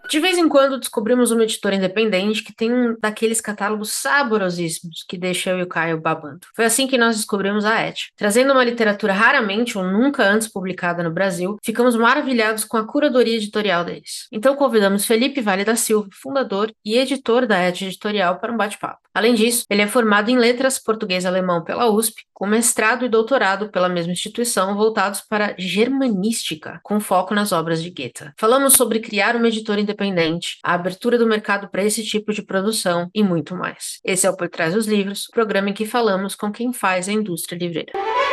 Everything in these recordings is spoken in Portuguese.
De vez em quando descobrimos uma editora independente que tem um daqueles catálogos saborosíssimos que deixa eu e o Caio babando. Foi assim que nós descobrimos a Et. Trazendo uma literatura raramente ou nunca antes publicada no Brasil, ficamos maravilhados com a curadoria editorial deles. Então convidamos Felipe Vale da Silva, fundador e editor da Et Editorial, para um bate-papo. Além disso, ele é formado em letras português e alemão pela USP, com mestrado e doutorado pela mesma instituição voltados para germanística, com foco nas obras de Goethe. Falamos sobre criar uma editora independente, a abertura do mercado para esse tipo de produção e muito mais. Esse é o Por Trás dos Livros, programa em que falamos com quem faz a indústria livreira.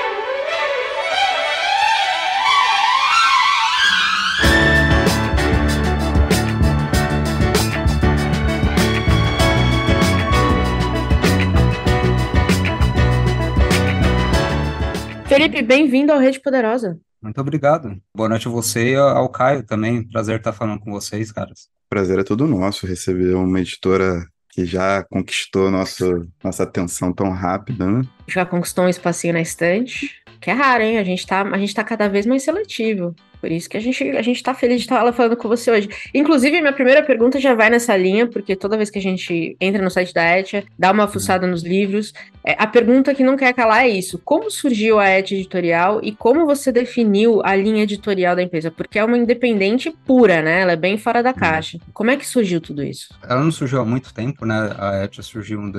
Felipe, bem-vindo ao Rede Poderosa. Muito obrigado. Boa noite a você e ao Caio também. Prazer estar falando com vocês, caras. Prazer é todo nosso receber uma editora que já conquistou nossa atenção tão rápida, né? Já conquistou um espacinho na estante, que é raro, hein? A gente tá cada vez mais seletivo. Por isso que a gente tá feliz de estar falando com você hoje. Inclusive, minha primeira pergunta já vai nessa linha, porque toda vez que a gente entra no site da Etia, dá uma fuçada nos livros, a pergunta que não quer calar é isso. Como surgiu a Etia Editorial e como você definiu a linha editorial da empresa? Porque é uma independente pura, né? Ela é bem fora da caixa. Como é que surgiu tudo isso? Ela não surgiu há muito tempo, né? A ETA surgiu em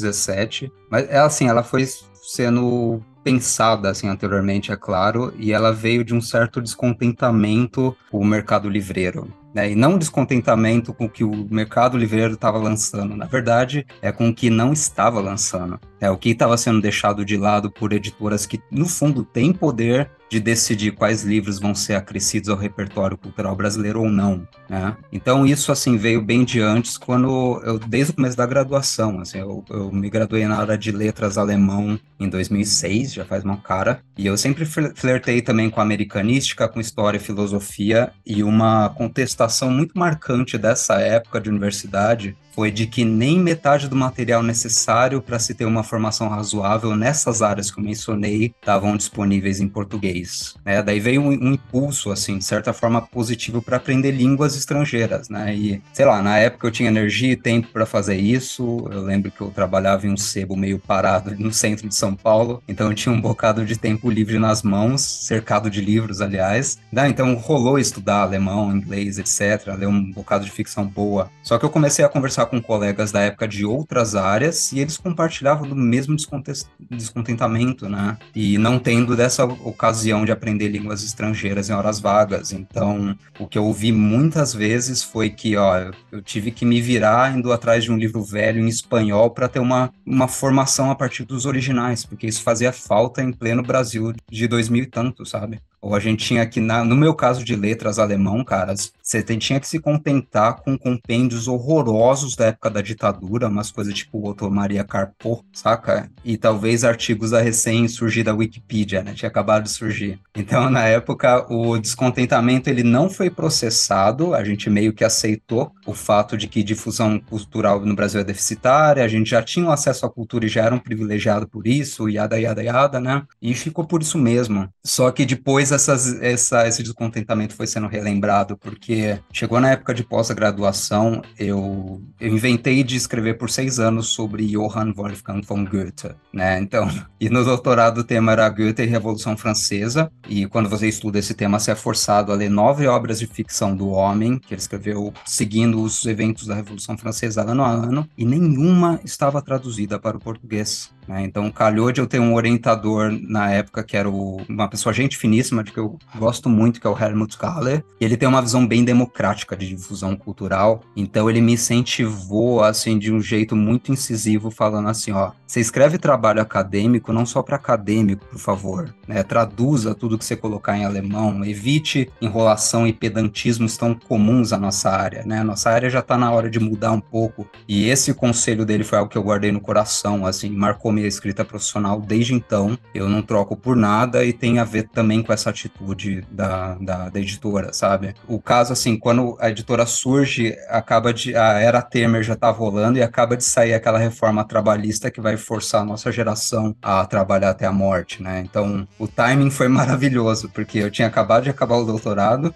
2017, mas ela foi sendo pensada assim anteriormente, é claro, e ela veio de um certo descontentamento com o mercado livreiro, né? E não descontentamento com o que o mercado livreiro estava lançando, na verdade, é com o que não estava lançando. O que estava sendo deixado de lado por editoras que, no fundo, têm poder de decidir quais livros vão ser acrescidos ao repertório cultural brasileiro ou não, né? Então isso assim veio bem de antes, desde o começo da graduação, assim, eu me graduei na área de letras alemão em 2006, já faz uma cara, e eu sempre flertei também com a americanística, com história e filosofia, e uma contestação muito marcante dessa época de universidade foi de que nem metade do material necessário para se ter uma formação razoável nessas áreas que eu mencionei estavam disponíveis em português, né? Daí veio um impulso, assim, de certa forma positivo para aprender línguas estrangeiras, né? E, sei lá, na época eu tinha energia e tempo para fazer isso. Eu lembro que eu trabalhava em um sebo meio parado no centro de São Paulo, então eu tinha um bocado de tempo livre nas mãos, cercado de livros, aliás. Então rolou estudar alemão, inglês, etc., ler um bocado de ficção boa. Só que eu comecei a conversar com colegas da época de outras áreas e eles compartilhavam do mesmo descontentamento, né? E não tendo dessa ocasião de aprender línguas estrangeiras em horas vagas. Então, o que eu ouvi muitas vezes foi que, eu tive que me virar indo atrás de um livro velho em espanhol para ter uma formação a partir dos originais, porque isso fazia falta em pleno Brasil de 2000 e tanto, sabe? Ou a gente tinha que, no meu caso de letras alemão, caras, você tinha que se contentar com compêndios horrorosos da época da ditadura, umas coisas tipo Otto Maria Carpo, saca? E talvez artigos da recém-surgida Wikipedia, né? Tinha acabado de surgir. Então, na época, o descontentamento, ele não foi processado, a gente meio que aceitou o fato de que difusão cultural no Brasil é deficitária, a gente já tinha um acesso à cultura e já era um privilegiado por isso, yada, yada, yada, né? E ficou por isso mesmo. Só que depois esse descontentamento foi sendo relembrado, porque chegou na época de pós-graduação, eu inventei de escrever por 6 anos sobre Johann Wolfgang von Goethe, né? Então, e no doutorado o tema era Goethe e Revolução Francesa, e quando você estuda esse tema, você é forçado a ler 9 obras de ficção do homem, que ele escreveu seguindo os eventos da Revolução Francesa ano a ano, e nenhuma estava traduzida para o português, né? Então, calhou de eu ter um orientador na época que era uma pessoa gente finíssima, de que eu gosto muito, que é o Helmut Kahler, e ele tem uma visão bem democrática de difusão cultural, então ele me incentivou, assim, de um jeito muito incisivo, falando assim, você escreve trabalho acadêmico, não só para acadêmico, por favor, né? Traduza tudo que você colocar em alemão, evite enrolação e pedantismos tão comuns à nossa área, né? A nossa área já está na hora de mudar um pouco, e esse conselho dele foi algo que eu guardei no coração, assim, marcou a minha escrita profissional desde então. Eu não troco por nada e tem a ver também com essa atitude da editora, sabe? O caso, assim, quando a editora surge, a era Temer já tá rolando e acaba de sair aquela reforma trabalhista que vai forçar a nossa geração a trabalhar até a morte, né? Então, o timing foi maravilhoso, porque eu tinha acabado de acabar o doutorado,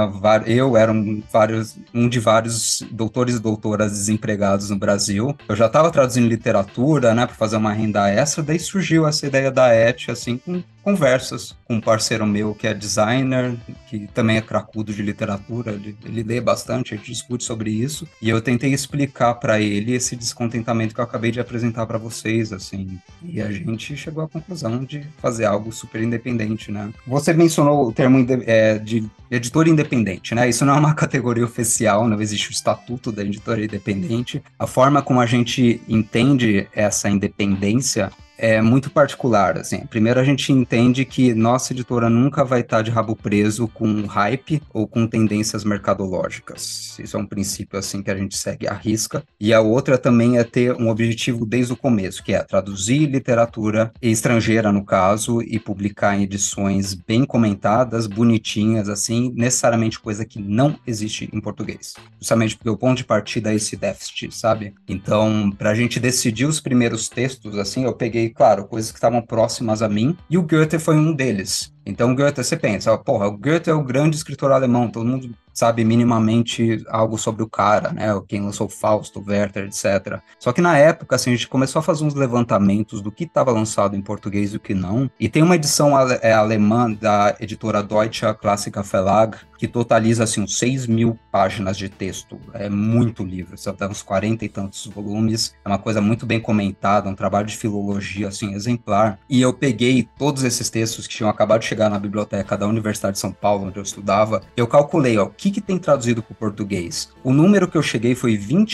eu era um de vários doutores e doutoras desempregados no Brasil. Eu já estava traduzindo literatura, né, para fazer uma renda extra, daí surgiu essa ideia da ET, assim, com conversas com um parceiro meu que é designer, que também é cracudo de literatura, ele lê bastante, a gente discute sobre isso, e eu tentei explicar para ele esse descontentamento que eu acabei de apresentar para vocês, assim, e a gente chegou à conclusão de fazer algo super independente, né? Você mencionou o termo de editor independente, né? Isso não é uma categoria oficial, não existe o estatuto da editora independente. A forma como a gente entende essa independência é muito particular, assim. Primeiro, a gente entende que nossa editora nunca vai estar de rabo preso com hype ou com tendências mercadológicas. Isso é um princípio, assim, que a gente segue à risca. E a outra também é ter um objetivo desde o começo, que é traduzir literatura estrangeira, no caso, e publicar em edições bem comentadas, bonitinhas, assim, necessariamente coisa que não existe em português. Justamente porque o ponto de partida é esse déficit, sabe? Então, pra gente decidir os primeiros textos, assim, eu peguei, claro, coisas que estavam próximas a mim, e o Goethe foi um deles. Então, o Goethe, você pensa, porra, o Goethe é o grande escritor alemão, todo mundo sabe minimamente algo sobre o cara, né? Quem lançou Fausto, Werther, etc. Só que na época, assim, a gente começou a fazer uns levantamentos do que estava lançado em português e o que não. E tem uma edição alemã da editora Deutsche Klassiker Verlag, que totaliza, assim, uns 6.000 páginas de texto. É muito livro, só dá uns 40 e tantos volumes. É uma coisa muito bem comentada, um trabalho de filologia, assim, exemplar. E eu peguei todos esses textos que tinham acabado de chegar na biblioteca da Universidade de São Paulo, onde eu estudava. Eu calculei, ó, o que tem traduzido para o português? O número que eu cheguei foi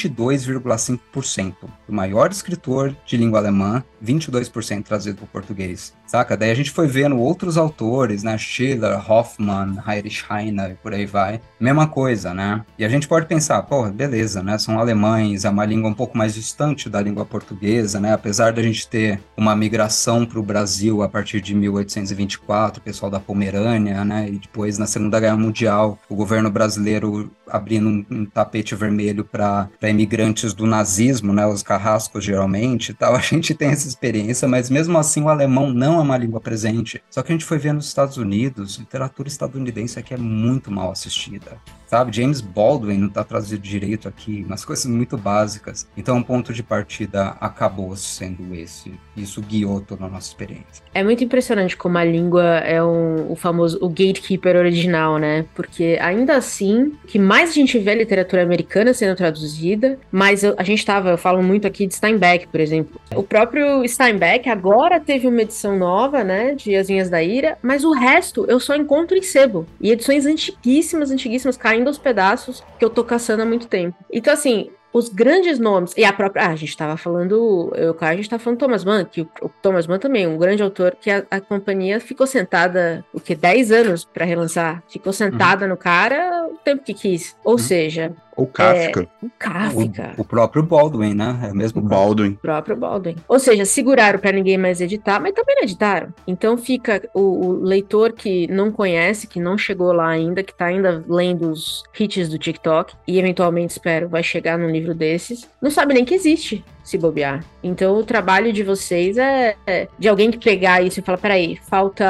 22,5%. O maior escritor de língua alemã, 22% traduzido para o português. Saca? Daí a gente foi vendo outros autores, né? Schiller, Hoffmann, Heinrich Heine, e por aí vai. Mesma coisa, né? E a gente pode pensar, pô, beleza, né? São alemães, é uma língua um pouco mais distante da língua portuguesa, né? Apesar da gente ter uma migração para o Brasil a partir de 1824, o pessoal da Pomerânia, né? E depois, na Segunda Guerra Mundial, o governo brasileiro abrindo um tapete vermelho para imigrantes do nazismo, né? Os carrascos, geralmente, e tal. A gente tem essa experiência, mas mesmo assim o alemão não é uma língua presente. Só que a gente foi ver nos Estados Unidos, literatura estadunidense aqui é muito mal assistida. Sabe, James Baldwin não está traduzido direito aqui, umas coisas muito básicas. Então, o ponto de partida acabou sendo esse. Isso guiou toda a nossa experiência. É muito impressionante como a língua é o famoso, o gatekeeper original, né? Porque ainda assim, que mais a gente vê literatura americana sendo traduzida, mas eu falo muito aqui de Steinbeck, por exemplo. O próprio Steinbeck agora teve uma edição nova, né, de As Vinhas da Ira, mas o resto eu só encontro em sebo. E edições antiguíssimas, caindo aos pedaços, que eu tô caçando há muito tempo. Então, assim, os grandes nomes, e a própria, a gente tava falando, a gente tava falando Thomas Mann, que o Thomas Mann também, um grande autor, que a companhia ficou sentada, 10 anos pra relançar, ficou sentada no cara o tempo que quis. Ou seja... Ou Kafka. O Kafka. O próprio Baldwin, né? É o mesmo Baldwin. O próprio Baldwin. Ou seja, seguraram pra ninguém mais editar, mas também não editaram. Então fica o leitor que não conhece, que não chegou lá ainda, que tá ainda lendo os hits do TikTok, e eventualmente, espero, vai chegar num livro desses, não sabe nem que existe, se bobear. Então o trabalho de vocês é de alguém que pegar isso e falar, peraí, falta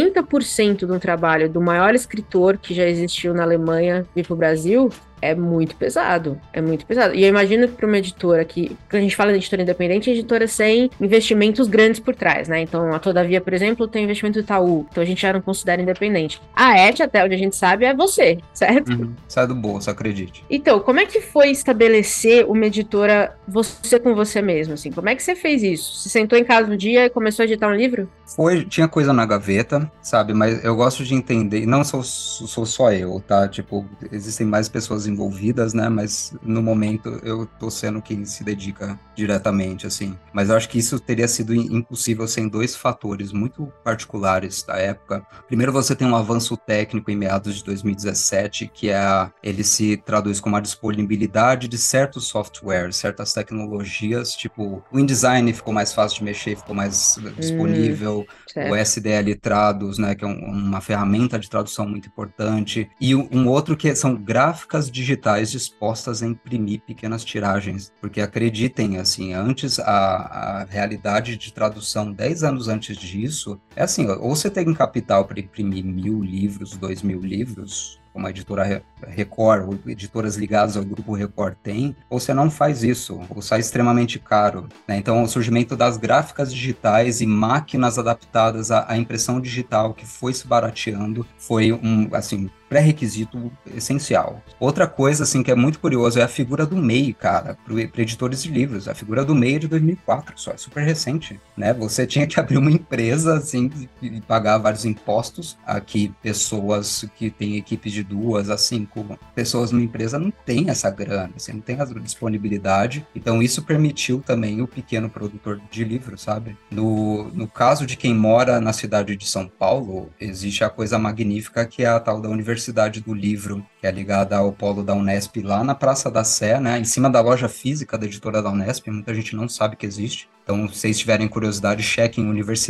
80% de um trabalho do maior escritor que já existiu na Alemanha vir pro Brasil. É muito pesado, E eu imagino que para uma editora quando a gente fala de editora independente, é editora sem investimentos grandes por trás, né? Então, a Todavia, por exemplo, tem investimento do Itaú, então a gente já não considera independente. A ET, até onde a gente sabe, é você, certo? Sai do bolso, acredite. Então, como é que foi estabelecer uma editora você com você mesmo, assim? Como é que você fez isso? Você sentou em casa um dia e começou a editar um livro? Tinha coisa na gaveta, sabe? Mas eu gosto de entender, e não sou só eu, tá? Tipo, existem mais pessoas pessoas envolvidas, né? Mas no momento eu tô sendo quem se dedica diretamente, assim. Mas eu acho que isso teria sido impossível sem dois fatores muito particulares da época. Primeiro, você tem um avanço técnico em meados de 2017, que ele se traduz como a disponibilidade de certos softwares, certas tecnologias, tipo, o InDesign ficou mais fácil de mexer, ficou mais disponível, o Certo. SDL Trados, né, que é uma ferramenta de tradução muito importante, e um outro que são gráficas digitais dispostas a imprimir pequenas tiragens, porque acreditem, assim, antes a realidade de tradução, 10 anos antes disso, é assim, ou você tem capital para imprimir 1.000 livros, 2.000 livros, como a editora Record, ou editoras ligadas ao grupo Record tem, ou você não faz isso, ou sai extremamente caro, né? Então, o surgimento das gráficas digitais e máquinas adaptadas à impressão digital, que foi se barateando, foi assim, pré-requisito essencial. Outra coisa, assim, que é muito curioso é a figura do MEI, cara, para editores de livros. A figura do MEI é de 2004, só é super recente, né? Você tinha que abrir uma empresa, assim, e pagar vários impostos. Aqui, pessoas que têm equipes de 2 a 5 pessoas numa empresa não tem essa grana, assim, não tem a disponibilidade. Então, isso permitiu também o pequeno produtor de livros, sabe? No caso de quem mora na cidade de São Paulo, existe a coisa magnífica que é a tal da Universidade do Livro, que é ligada ao polo da Unesp lá na Praça da Sé, né, em cima da loja física da editora da Unesp, muita gente não sabe que existe. Então, se vocês tiverem curiosidade, chequem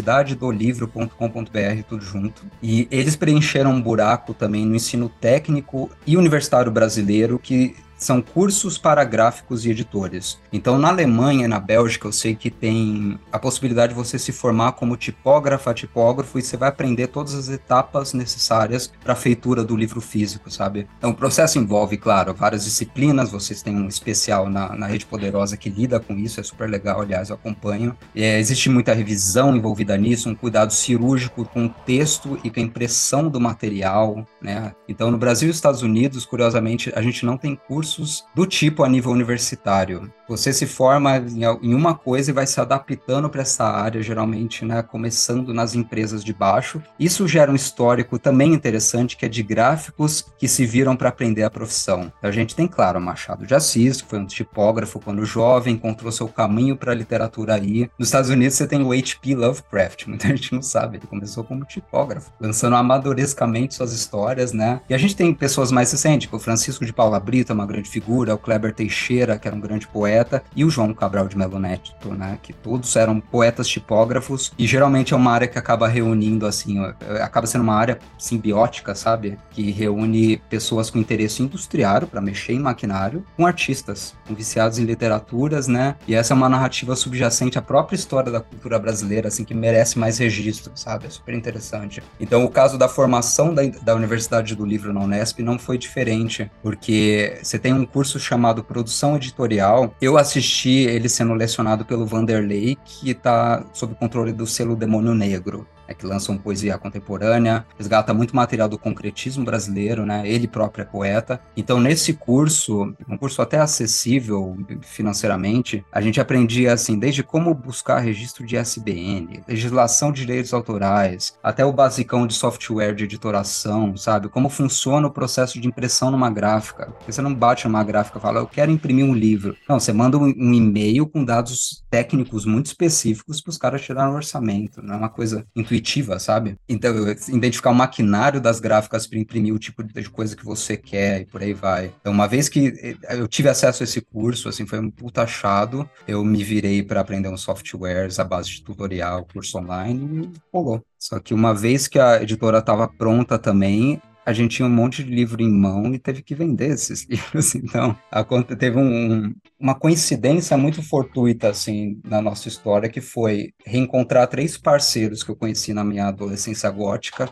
universidadedolivro.com.br, tudo junto. E eles preencheram um buraco também no ensino técnico e universitário brasileiro, que são cursos para gráficos e editores. Então, na Alemanha e na Bélgica, eu sei que tem a possibilidade de você se formar como tipógrafo e você vai aprender todas as etapas necessárias para a feitura do livro físico, sabe? Então, o processo envolve, claro, várias disciplinas. Vocês têm um especial na Rede Poderosa que lida com isso, é super legal, aliás, eu acompanho. Existe muita revisão envolvida nisso, um cuidado cirúrgico com o texto e com a impressão do material, né? Então, no Brasil e Estados Unidos, curiosamente, a gente não tem cursos do tipo a nível universitário. Você se forma em uma coisa e vai se adaptando para essa área, geralmente, né, começando nas empresas de baixo. Isso gera um histórico também interessante, que é de gráficos que se viram para aprender a profissão. A gente tem, claro, Machado de Assis, que foi um tipógrafo quando jovem, encontrou seu caminho para a literatura aí. Nos Estados Unidos você tem o H.P. Lovecraft, muita gente não sabe, ele começou como tipógrafo, lançando amadorescamente suas histórias, né? E a gente tem pessoas mais recentes, como o Francisco de Paula Brito, uma grande figura, o Kleber Teixeira, que era um grande poeta, e o João Cabral de Melo Neto, né, que todos eram poetas tipógrafos, e geralmente é uma área que acaba reunindo, assim, acaba sendo uma área simbiótica, sabe, que reúne pessoas com interesse industriário para mexer em maquinário, com artistas, com viciados em literaturas, né, e essa é uma narrativa subjacente à própria história da cultura brasileira, assim, que merece mais registro, sabe, é super interessante. Então, o caso da formação da Universidade do Livro na Unesp não foi diferente, porque você tem um curso chamado Produção Editorial. Eu assisti ele sendo lecionado pelo Vanderlei, que está sob controle do selo Demônio Negro, que lançam poesia contemporânea, resgata muito material do concretismo brasileiro, né? Ele próprio é poeta. Então, nesse curso, um curso até acessível financeiramente, a gente aprendia, assim, desde como buscar registro de ISBN, legislação de direitos autorais, até o basicão de software de editoração, sabe? Como funciona o processo de impressão numa gráfica. Porque você não bate numa gráfica e fala, eu quero imprimir um livro. Não, você manda um e-mail com dados técnicos muito específicos para os caras tirarem o orçamento. Não é uma coisa intuitiva, sabe? Então, identificar o maquinário das gráficas para imprimir o tipo de coisa que você quer e por aí vai. Então, uma vez que eu tive acesso a esse curso, assim, foi um puta achado, eu me virei para aprender uns softwares à base de tutorial, curso online e rolou. Só que uma vez que a editora estava pronta também, a gente tinha um monte de livro em mão e teve que vender esses livros. Então, teve uma coincidência muito fortuita, assim, na nossa história, que foi reencontrar 3 parceiros que eu conheci na minha adolescência gótica,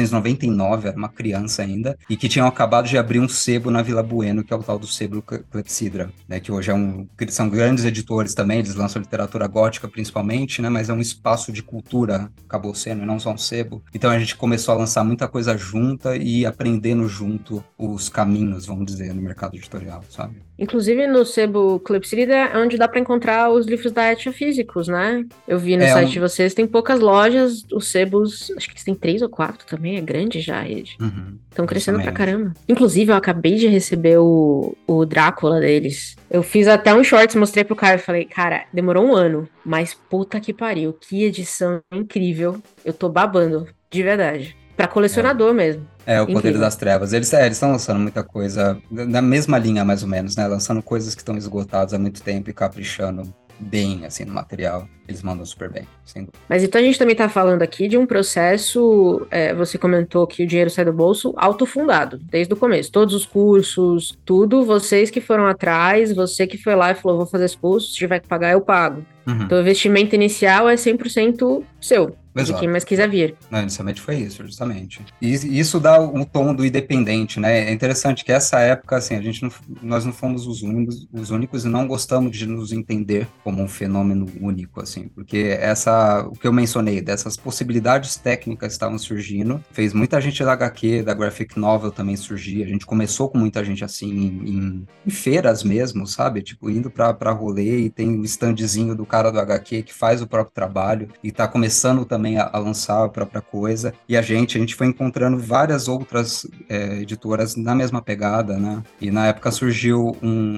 1999, era uma criança ainda, e que tinham acabado de abrir um sebo na Vila Bueno, que é o tal do sebo Clepsydra, né, que hoje são grandes editores também, eles lançam literatura gótica principalmente, né, mas é um espaço de cultura, acabou sendo, e não só um sebo. Então a gente começou a lançar muita coisa junta e ir aprendendo junto os caminhos, vamos dizer, no mercado editorial, sabe? Inclusive no sebo Clepsyrida é onde dá para encontrar os livros da Etia físicos, né? Eu vi no site de vocês, tem poucas lojas, os sebos, acho que tem 3 ou 4 também, é grande já a rede. Estão crescendo pra caramba. Inclusive, eu acabei de receber o Drácula deles. Eu fiz até um shorts, mostrei pro cara e falei, cara, demorou 1 ano, mas puta que pariu, que edição incrível. Eu tô babando, de verdade. Pra colecionador mesmo. O Poder das Trevas. Eles estão lançando muita coisa na mesma linha, mais ou menos, né? Lançando coisas que estão esgotadas há muito tempo e caprichando bem, assim, no material. Eles mandam super bem, sem dúvida. Mas então a gente também tá falando aqui de um processo, você comentou que o dinheiro sai do bolso autofundado, desde o começo. Todos os cursos, tudo, vocês que foram atrás, você que foi lá e falou, vou fazer esse curso, se tiver que pagar, eu pago. Então o investimento inicial é 100% seu. Exato. De quem mais quiser vir. Não, inicialmente foi isso, justamente. E isso dá um tom do independente, né? É interessante que essa época, assim, nós não fomos os únicos e não gostamos de nos entender como um fenômeno único, assim, porque o que eu mencionei, dessas possibilidades técnicas que estavam surgindo, fez muita gente da HQ, da graphic novel também surgir. A gente começou com muita gente, assim, em feiras mesmo, sabe? Tipo, indo pra rolê e tem um standzinho do cara do HQ que faz o próprio trabalho e tá começando também a lançar a própria coisa, e a gente foi encontrando várias outras editoras na mesma pegada, né? E na época surgiu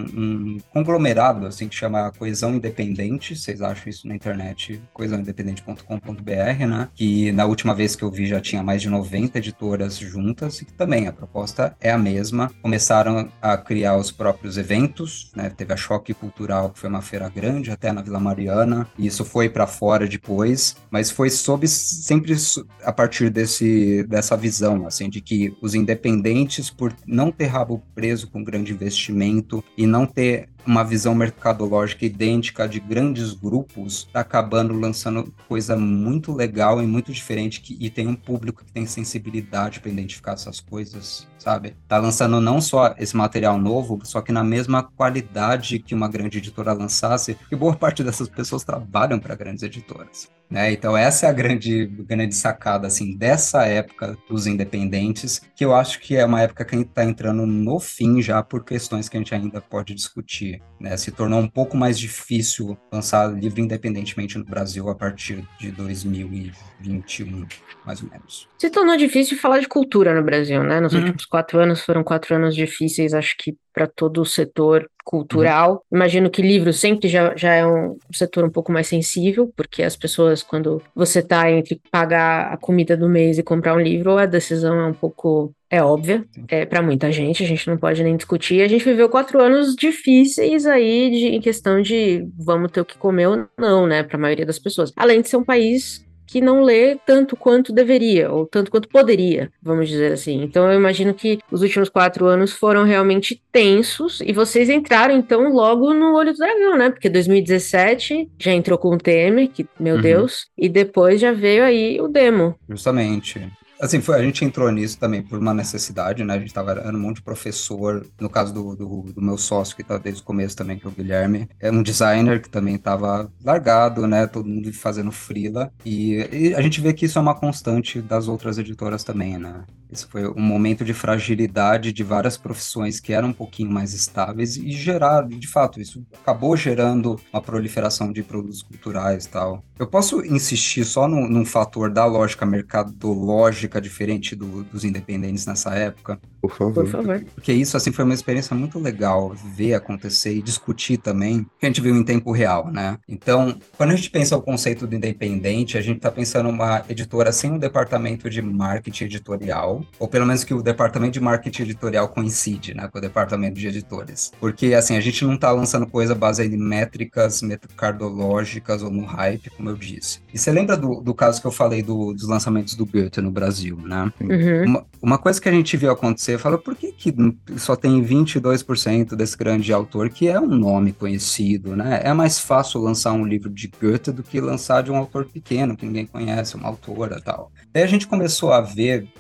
um conglomerado, assim, que chama Coesão Independente, vocês acham isso na internet, coesãoindependente.com.br, né? Que na última vez que eu vi já tinha mais de 90 editoras juntas, e que também a proposta é a mesma. Começaram a criar os próprios eventos, né? Teve a Choque Cultural, que foi uma feira grande, até na Vila Mariana, e isso foi para fora depois, mas foi sempre a partir dessa visão, assim, de que os independentes, por não ter rabo preso com grande investimento e não ter uma visão mercadológica idêntica de grandes grupos, tá acabando lançando coisa muito legal e muito diferente, e tem um público que tem sensibilidade para identificar essas coisas, sabe? Tá lançando não só esse material novo, só que na mesma qualidade que uma grande editora lançasse, e boa parte dessas pessoas trabalham para grandes editoras, né? Então essa é a grande sacada, assim, dessa época dos independentes, que eu acho que é uma época que a gente tá entrando no fim já, por questões que a gente ainda pode discutir, né? Se tornou um pouco mais difícil lançar livro independentemente no Brasil a partir de 2021, mais ou menos. Se tornou difícil falar de cultura no Brasil, né? Nos últimos 4 anos foram 4 anos difíceis, acho que para todo o setor cultural. Imagino que livro sempre já é um setor um pouco mais sensível, porque as pessoas, quando você tá entre pagar a comida do mês e comprar um livro, a decisão é um pouco... É óbvia, para muita gente, a gente não pode nem discutir. A gente viveu 4 anos difíceis aí em questão de vamos ter o que comer ou não, né, para a maioria das pessoas. Além de ser um país que não lê tanto quanto deveria, ou tanto quanto poderia, vamos dizer assim. Então eu imagino que os últimos 4 anos foram realmente tensos, e vocês entraram então logo no olho do dragão, né? Porque 2017 já entrou com o Temer, que, meu Deus, e depois já veio aí o Demo. Justamente. Assim, a gente entrou nisso também por uma necessidade, né? A gente era um monte de professor, no caso do meu sócio, que tá desde o começo também, que é o Guilherme, é um designer que também tava largado, né? Todo mundo fazendo freela, e a gente vê que isso é uma constante das outras editoras também, né? Esse foi um momento de fragilidade de várias profissões que eram um pouquinho mais estáveis e de fato, isso acabou gerando uma proliferação de produtos culturais e tal. Eu posso insistir só num fator da lógica mercadológica diferente dos independentes nessa época? Por favor. Porque isso, assim, foi uma experiência muito legal ver acontecer e discutir também, que a gente viu em tempo real, né? Então, quando a gente pensa o conceito do independente, a gente tá pensando uma editora sem um departamento de marketing editorial, ou pelo menos que o departamento de marketing editorial coincide, né, com o departamento de editores. Porque, assim, a gente não tá lançando coisa baseada em métricas mercadológicas ou no hype, como eu disse. E você lembra do caso que eu falei dos lançamentos do Goethe no Brasil, né? Uma coisa que a gente viu acontecer, fala, por que só tem 22% desse grande autor que é um nome conhecido, né? É mais fácil lançar um livro de Goethe do que lançar de um autor pequeno, que ninguém conhece, uma autora e tal. Daí a gente começou a ver que os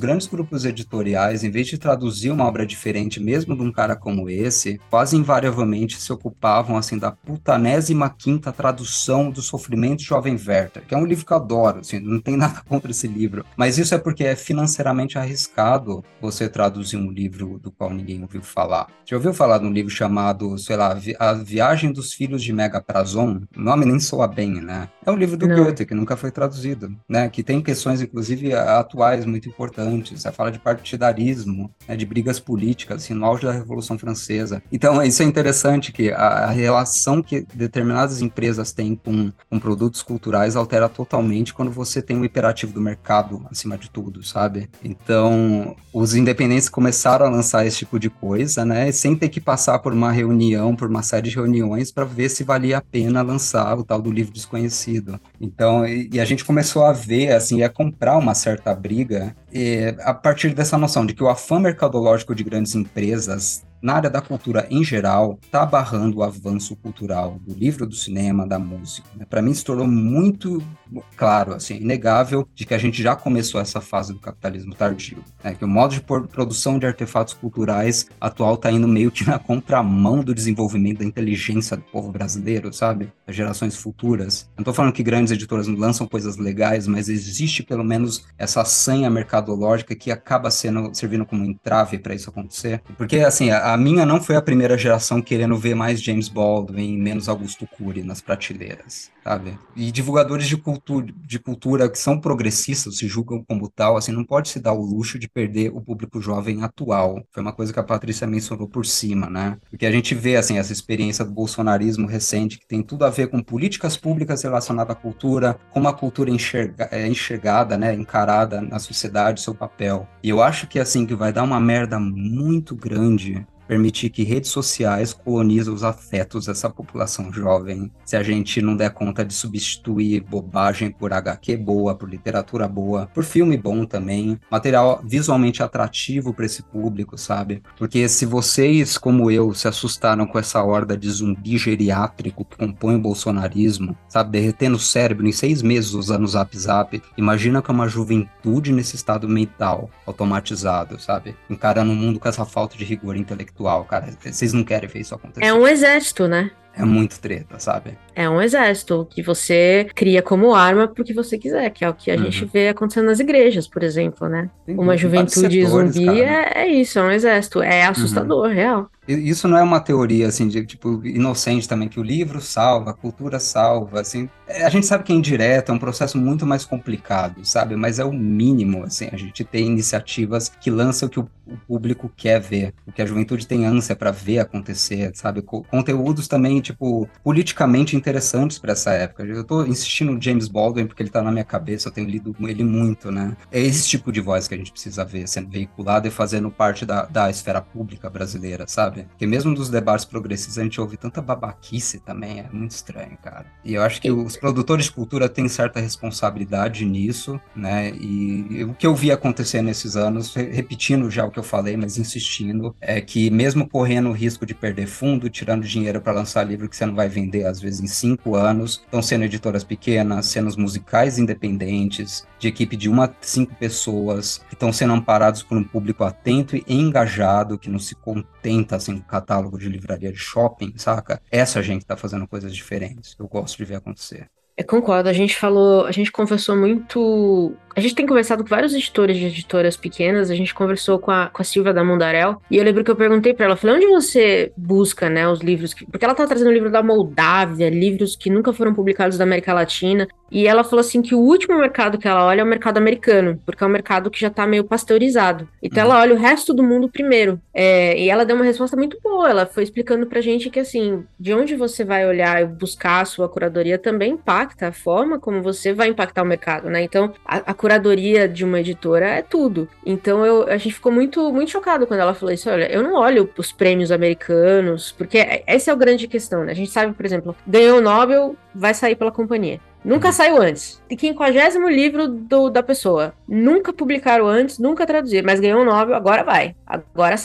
grandes grupos editoriais, em vez de traduzir uma obra diferente, mesmo de um cara como esse, quase invariavelmente se ocupavam, assim, da putanésima quinta tradução do Sofrimento de Jovem Werther, que é um livro que eu adoro, assim, não tem nada contra esse livro, mas isso é porque é financeiramente arriscado você traduzir um livro do qual ninguém ouviu falar. Já ouviu falar de um livro chamado, sei lá, A Viagem dos Filhos de Megaprazon? O nome nem soa bem, né? É um livro do Não. Goethe, que nunca foi traduzido, né? Que tem questões, inclusive, atuais muito importantes. Você fala de partidarismo, né? De brigas políticas, assim, no auge da Revolução Francesa. Então, isso é interessante, que a relação que determinadas empresas têm com produtos culturais altera totalmente quando você tem um hiperativo do mercado acima de tudo, sabe? Então, os independentes começaram a lançar esse tipo de coisa, né? Sem ter que passar por uma reunião, por uma série de reuniões para ver se valia a pena lançar o tal do livro desconhecido. Então, e a gente começou a ver, assim, a comprar uma certa briga a partir dessa noção de que o afã mercadológico de grandes empresas na área da cultura em geral, está barrando o avanço cultural do livro, do cinema, da música. Né? Para mim, se tornou muito claro, assim, inegável, de que a gente já começou essa fase do capitalismo tardio. Né? Que o modo de produção de artefatos culturais atual está indo meio que na contramão do desenvolvimento da inteligência do povo brasileiro, sabe? Das gerações futuras. Não estou falando que grandes editoras não lançam coisas legais, mas existe pelo menos essa sanha mercadológica que acaba servindo como entrave para isso acontecer. Porque, assim, a minha não foi a primeira geração querendo ver mais James Baldwin, menos Augusto Cury nas prateleiras, sabe? E divulgadores de cultura que são progressistas, se julgam como tal, assim, não pode se dar o luxo de perder o público jovem atual. Foi uma coisa que a Patrícia mencionou por cima, né? Porque a gente vê, assim, essa experiência do bolsonarismo recente, que tem tudo a ver com políticas públicas relacionadas à cultura, como a cultura é enxergada, né, encarada na sociedade, seu papel. E eu acho que, assim, que vai dar uma merda muito grande permitir que redes sociais colonizem os afetos dessa população jovem, se a gente não der conta de substituir bobagem por HQ boa, por literatura boa, por filme bom também, material visualmente atrativo para esse público, sabe? Porque se vocês, como eu, se assustaram com essa horda de zumbi geriátrico que compõe o bolsonarismo, sabe, derretendo o cérebro em 6 meses usando o Zap Zap, imagina que é uma juventude nesse estado mental, automatizado, sabe? Encarando o mundo com essa falta de rigor intelectual. Cara, vocês não querem ver isso acontecer. É um exército, né? É muito treta, sabe? É um exército que você cria como arma pro que você quiser, que é o que a gente vê acontecendo nas igrejas, por exemplo, né? Uma juventude setores, zumbi é isso, é um exército. É assustador, real. Isso não é uma teoria, assim, de, tipo, inocente também, que o livro salva, a cultura salva, assim. A gente sabe que é indireto, é um processo muito mais complicado, sabe? Mas é o mínimo, assim, a gente tem iniciativas que lançam o que o público quer ver, o que a juventude tem ânsia para ver acontecer, sabe? Conteúdos também, tipo, politicamente interessantes para essa época. Eu tô insistindo no James Baldwin porque ele tá na minha cabeça, eu tenho lido ele muito, né? É esse tipo de voz que a gente precisa ver sendo veiculada e fazendo parte da esfera pública brasileira, sabe? Porque mesmo dos debates progressistas a gente ouve tanta babaquice também, é muito estranho, cara. E eu acho que os produtores de cultura têm certa responsabilidade nisso, né? E o que eu vi acontecer nesses anos, repetindo já o que eu falei, mas insistindo, é que mesmo correndo o risco de perder fundo, tirando dinheiro para lançar livro que você não vai vender, às vezes, em 5 anos, estão sendo editoras pequenas, sendo musicais independentes, de equipe de 1 a 5 pessoas, que estão sendo amparados por um público atento e engajado, que não se contenta, assim, com o catálogo de livraria de shopping, saca? Essa gente tá fazendo coisas diferentes, eu gosto de ver acontecer. Eu concordo, a gente conversou muito. A gente tem conversado com vários editores de editoras pequenas, a gente conversou com a Silvia da Mundarel, e eu lembro que eu perguntei pra ela, falei, onde você busca, né, os livros? Porque ela tá trazendo livro da Moldávia, livros que nunca foram publicados da América Latina, e ela falou assim que o último mercado que ela olha é o mercado americano, porque é um mercado que já tá meio pasteurizado. Então ela olha o resto do mundo primeiro. E ela deu uma resposta muito boa, ela foi explicando pra gente que, assim, de onde você vai olhar e buscar a sua curadoria também impacta a forma como você vai impactar o mercado, né? Então, a curadoria de uma editora é tudo. Então, a gente ficou muito, muito chocado quando ela falou isso. Olha, eu não olho os prêmios americanos, porque essa é a grande questão, né? A gente sabe, por exemplo, ganhou o Nobel, vai sair pela companhia. Nunca saiu antes. De 50º livro da pessoa. Nunca publicaram antes, nunca traduziram, mas ganhou o Nobel, agora vai. Agora sai.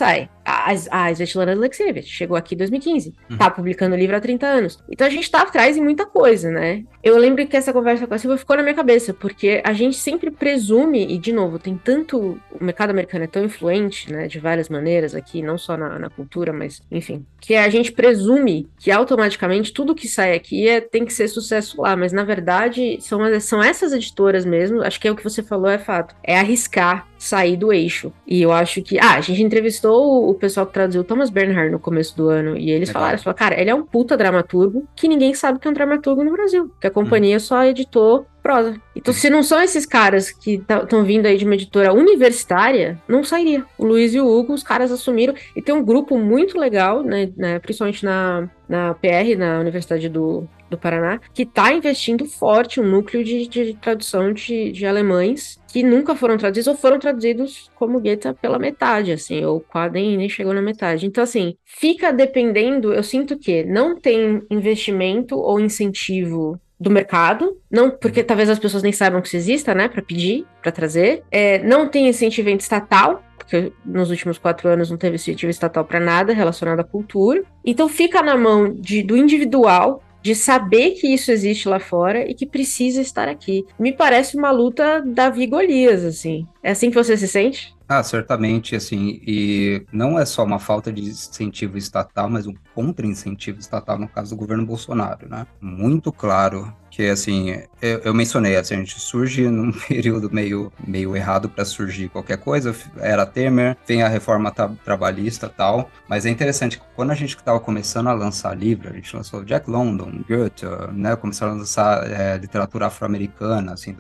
A Svetlana Alexievich chegou aqui em 2015, tá publicando livro há 30 anos. Então a gente tá atrás em muita coisa, né? Eu lembro que essa conversa com a Silvia ficou na minha cabeça, porque a gente sempre presume, e de novo, tem tanto... O mercado americano é tão influente, né, de várias maneiras aqui, não só na cultura, mas, enfim, que a gente presume que automaticamente tudo que sai aqui tem que ser sucesso lá, mas na verdade são essas editoras mesmo, acho que é o que você falou, é fato, é arriscar sair do eixo. E eu acho que... a gente entrevistou o pessoal que traduziu Thomas Bernhard no começo do ano, e eles falaram, cara, ele é um puta dramaturgo que ninguém sabe que é um dramaturgo no Brasil, que a companhia só editou prosa. Então, se não são esses caras que estão vindo aí de uma editora universitária, não sairia. O Luiz e o Hugo, os caras assumiram, e tem um grupo muito legal, né, principalmente na PR, na Universidade do Paraná, que está investindo forte, um núcleo de tradução de alemães que nunca foram traduzidos ou foram traduzidos como Goethe pela metade, assim, ou quase nem chegou na metade. Então, assim, fica dependendo, eu sinto que não tem investimento ou incentivo do mercado, não, porque talvez as pessoas nem saibam que isso exista, né, para pedir, para trazer. Não tem incentivo estatal, porque nos últimos 4 anos não teve incentivo estatal para nada relacionado à cultura. Então fica na mão do individual, de saber que isso existe lá fora e que precisa estar aqui. Me parece uma luta Davi e Golias, assim. É assim que você se sente? Certamente, assim, e não é só uma falta de incentivo estatal, mas um contra-incentivo estatal no caso do governo Bolsonaro, né? Muito claro que, assim, eu mencionei, assim, a gente surge num período meio errado para surgir qualquer coisa, era Temer, vem a reforma trabalhista e tal, mas é interessante que quando a gente estava começando a lançar livro, a gente lançou Jack London, Goethe, né, começaram a lançar literatura afro-americana, assim, em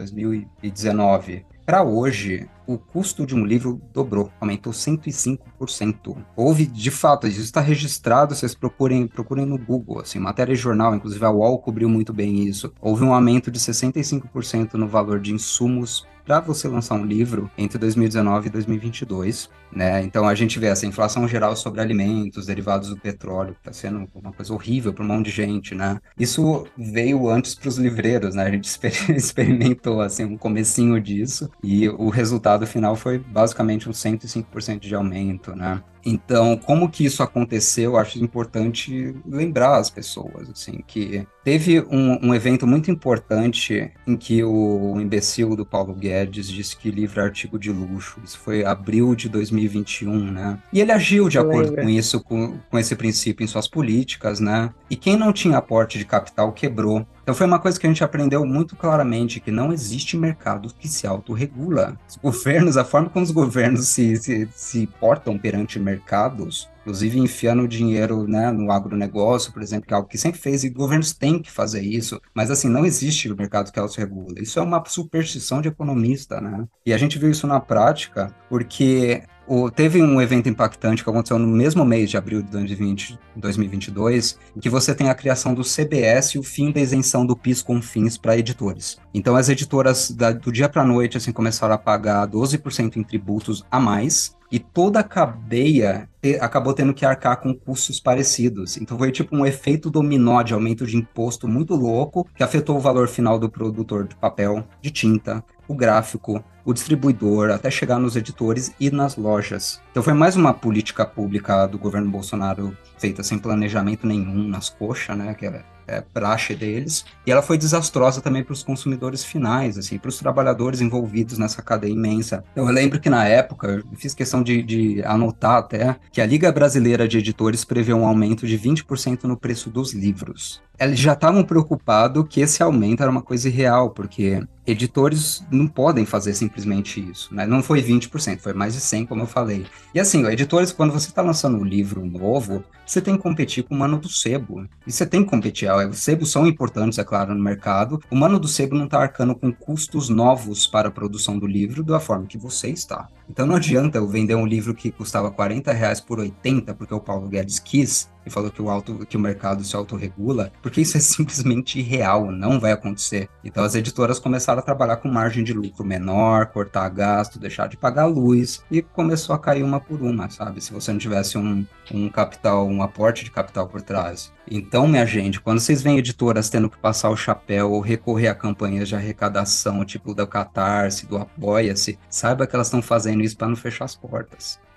2019. Para hoje, o custo de um livro dobrou, aumentou 105%. Houve, de fato, isso está registrado, vocês procurem no Google, assim, matéria de jornal, inclusive a UOL cobriu muito bem isso. Houve um aumento de 65% no valor de insumos para você lançar um livro entre 2019 e 2022, né? Então a gente vê essa inflação geral sobre alimentos, derivados do petróleo, que está sendo uma coisa horrível para um monte de gente, né? Isso veio antes para os livreiros, né? A gente experimentou assim um comecinho disso e o resultado final foi basicamente um 105% de aumento, né? Então, como que isso aconteceu? Eu acho importante lembrar as pessoas, assim, que teve um evento muito importante em que o imbecil do Paulo Guedes disse que livro é artigo de luxo. Isso foi abril de 2021, né? E ele agiu de acordo com isso, com esse princípio em suas políticas, né? E quem não tinha aporte de capital quebrou. Então foi uma coisa que a gente aprendeu muito claramente, que não existe mercado que se autorregula. Os governos, a forma como os governos se portam perante mercados, inclusive enfiando dinheiro, né, no agronegócio, por exemplo, que é algo que sempre fez, e governos têm que fazer isso, mas assim, não existe o mercado que autorregula. Isso é uma superstição de economista, né? E a gente viu isso na prática, porque teve um evento impactante que aconteceu no mesmo mês de abril de 2022, em que você tem a criação do CBS e o fim da isenção do PIS/COFINS para editores. Então, as editoras, do dia para a noite, assim, começaram a pagar 12% em tributos a mais, e toda a cadeia acabou tendo que arcar com custos parecidos. Então foi tipo um efeito dominó de aumento de imposto muito louco, que afetou o valor final do produtor de papel, de tinta, o gráfico, o distribuidor, até chegar nos editores e nas lojas. Então foi mais uma política pública do governo Bolsonaro feita sem planejamento nenhum, nas coxas, né, que é praxe deles, e ela foi desastrosa também para os consumidores finais, assim, para os trabalhadores envolvidos nessa cadeia imensa. Então, eu lembro que na época, eu fiz questão de anotar até, que a Liga Brasileira de Editores prevê um aumento de 20% no preço dos livros. Eles já estavam preocupados que esse aumento era uma coisa irreal, porque editores não podem fazer simplesmente isso, né? Não foi 20%, foi mais de 100%, como eu falei. E assim, editores, quando você está lançando um livro novo, você tem que competir com o mano do sebo. E você tem que competir. Os sebos são importantes, é claro, no mercado. O mano do sebo não está arcando com custos novos para a produção do livro da forma que você está. Então não adianta eu vender um livro que custava R$40 por 80, porque o Paulo Guedes quis, e falou que o mercado se autorregula, porque isso é simplesmente irreal, não vai acontecer. Então as editoras começaram a trabalhar com margem de lucro menor, cortar gasto, deixar de pagar luz, e começou a cair uma por uma, sabe? Se você não tivesse um capital, um aporte de capital por trás. Então, minha gente, quando vocês veem editoras tendo que passar o chapéu ou recorrer a campanhas de arrecadação, tipo do Catarse, do Apoia-se, saiba que elas estão fazendo isso para não fechar as portas.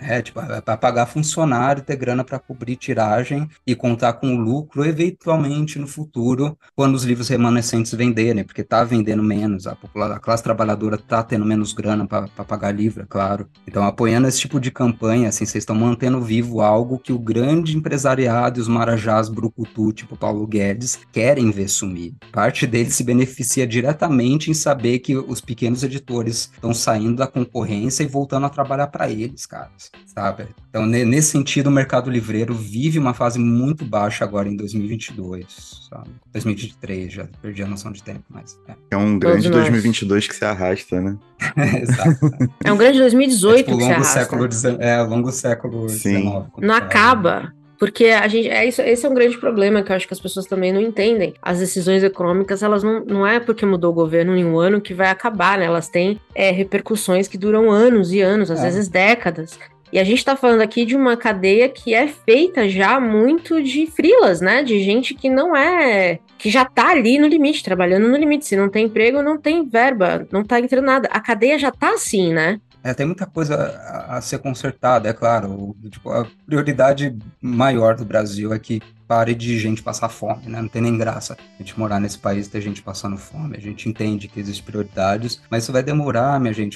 Tipo, é para pagar funcionário, ter grana para cobrir tiragem e contar com o lucro, eventualmente, no futuro, quando os livros remanescentes venderem, porque tá vendendo menos, a classe trabalhadora tá tendo menos grana para pagar livro, é claro. Então, apoiando esse tipo de campanha, assim, vocês estão mantendo vivo algo que o grande empresariado e os marajás brucutu, tipo Paulo Guedes, querem ver sumir. Parte deles se beneficia diretamente em saber que os pequenos editores estão saindo da concorrência e voltando a trabalhar para eles, caras, sabe? Então, nesse sentido, o mercado livreiro vive uma fase muito baixa agora em 2022, sabe? 2023, já perdi a noção de tempo, mas... É um grande 2022 que se arrasta, né? Exato. É um grande 2018 tipo, que se arrasta. Longo século XIX. Não acaba. Porque a gente, esse é um grande problema que eu acho que as pessoas também não entendem. As decisões econômicas, elas não é porque mudou o governo em um ano que vai acabar, né? Elas têm repercussões que duram anos e anos, às vezes décadas. E a gente está falando aqui de uma cadeia que é feita já muito de freelas, né? De gente que não que já tá ali no limite, trabalhando no limite. Se não tem emprego, não tem verba, não tá entrando nada. A cadeia já tá assim, né? Tem muita coisa a ser consertada, é claro. Tipo, a prioridade maior do Brasil é que pare de gente passar fome, né? Não tem nem graça a gente morar nesse país e ter gente passando fome. A gente entende que existem prioridades, mas isso vai demorar, minha gente.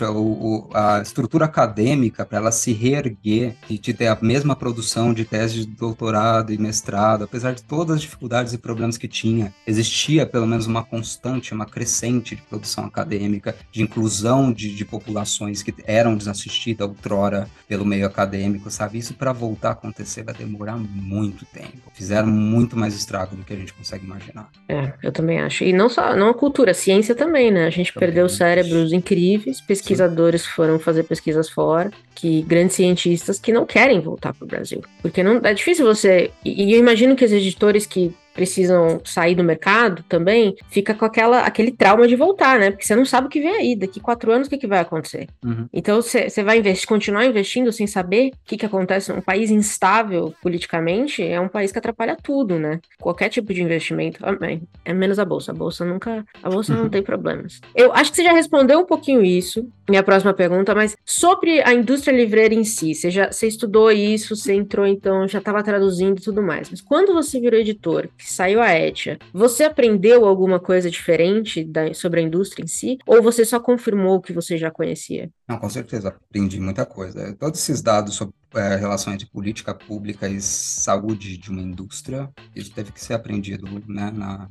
A estrutura acadêmica, para ela se reerguer e de ter a mesma produção de tese de doutorado e mestrado, apesar de todas as dificuldades e problemas que tinha, existia pelo menos uma constante, uma crescente de produção acadêmica, de inclusão de populações que eram desassistidas outrora pelo meio acadêmico, sabe? Isso para voltar a acontecer vai demorar muito tempo. Fizeram muito mais estrago do que a gente consegue imaginar. Eu também acho. E não a cultura, a ciência também, né? A gente perdeu cérebros incríveis, pesquisadores foram fazer pesquisas fora, grandes cientistas que não querem voltar para o Brasil. Porque não é difícil você... E eu imagino que os editores que precisam sair do mercado também, fica com aquele trauma de voltar, né? Porque você não sabe o que vem aí, daqui 4 anos o que vai acontecer. Uhum. Então você vai continuar investindo sem saber o que acontece. Um país instável politicamente é um país que atrapalha tudo, né? Qualquer tipo de investimento, é menos a Bolsa. A Bolsa não tem problemas. Eu acho que você já respondeu um pouquinho isso, minha próxima pergunta, mas sobre a indústria livreira em si, você estudou isso, você entrou então, já estava traduzindo e tudo mais, mas quando você virou editor, que saiu a Etia, você aprendeu alguma coisa diferente sobre a indústria em si? Ou você só confirmou o que você já conhecia? Não, com certeza, aprendi muita coisa. Todos esses dados sobre relação entre política pública e saúde de uma indústria, isso teve que ser aprendido, né,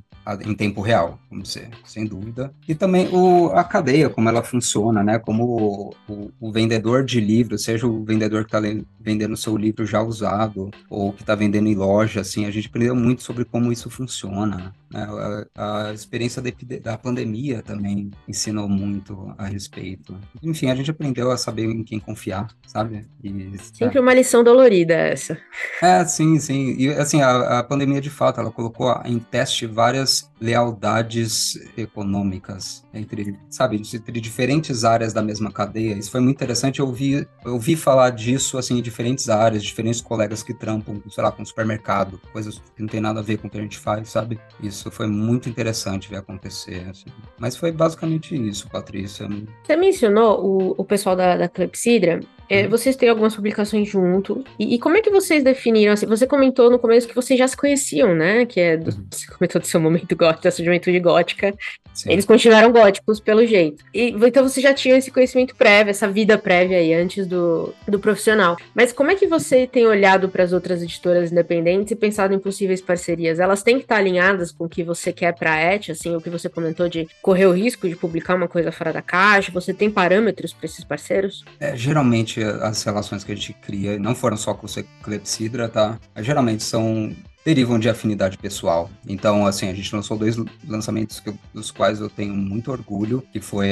em tempo real, vamos dizer, sem dúvida. E também a cadeia, como ela funciona, né, como o vendedor de livros, seja o vendedor que está vendendo o seu livro já usado, ou que está vendendo em loja, assim, a gente aprendeu muito sobre como isso funciona, né? A experiência da pandemia também ensinou muito a respeito. Enfim, a gente aprendeu a saber em quem confiar, sabe? Sempre uma lição dolorida essa. Sim. E, assim, a pandemia, de fato, ela colocou em teste várias lealdades econômicas entre diferentes áreas da mesma cadeia. Isso foi muito interessante. Eu ouvi falar disso, assim, em diferentes áreas, diferentes colegas que trampam, sei lá, com supermercado, coisas que não tem nada a ver com o que a gente faz, sabe? Isso foi muito interessante ver acontecer, assim. Mas foi basicamente isso, Patrícia. Você mencionou o pessoal da Clepsydra. Vocês têm algumas publicações junto. E como é que vocês definiram? Assim, você comentou no começo que vocês já se conheciam, né? Você comentou do seu momento gótico, da sua juventude gótica. Sim. Eles continuaram góticos, pelo jeito. Então você já tinha esse conhecimento prévio, essa vida prévia aí, antes do profissional. Mas como é que você tem olhado para as outras editoras independentes e pensado em possíveis parcerias? Elas têm que estar alinhadas com o que você quer para a ET, assim, o que você comentou de correr o risco de publicar uma coisa fora da caixa? Você tem parâmetros para esses parceiros? Geralmente as relações que a gente cria, não foram só com o Clepsydra, tá? Mas geralmente derivam de afinidade pessoal. Então, assim, a gente lançou 2 lançamentos dos quais eu tenho muito orgulho, que foi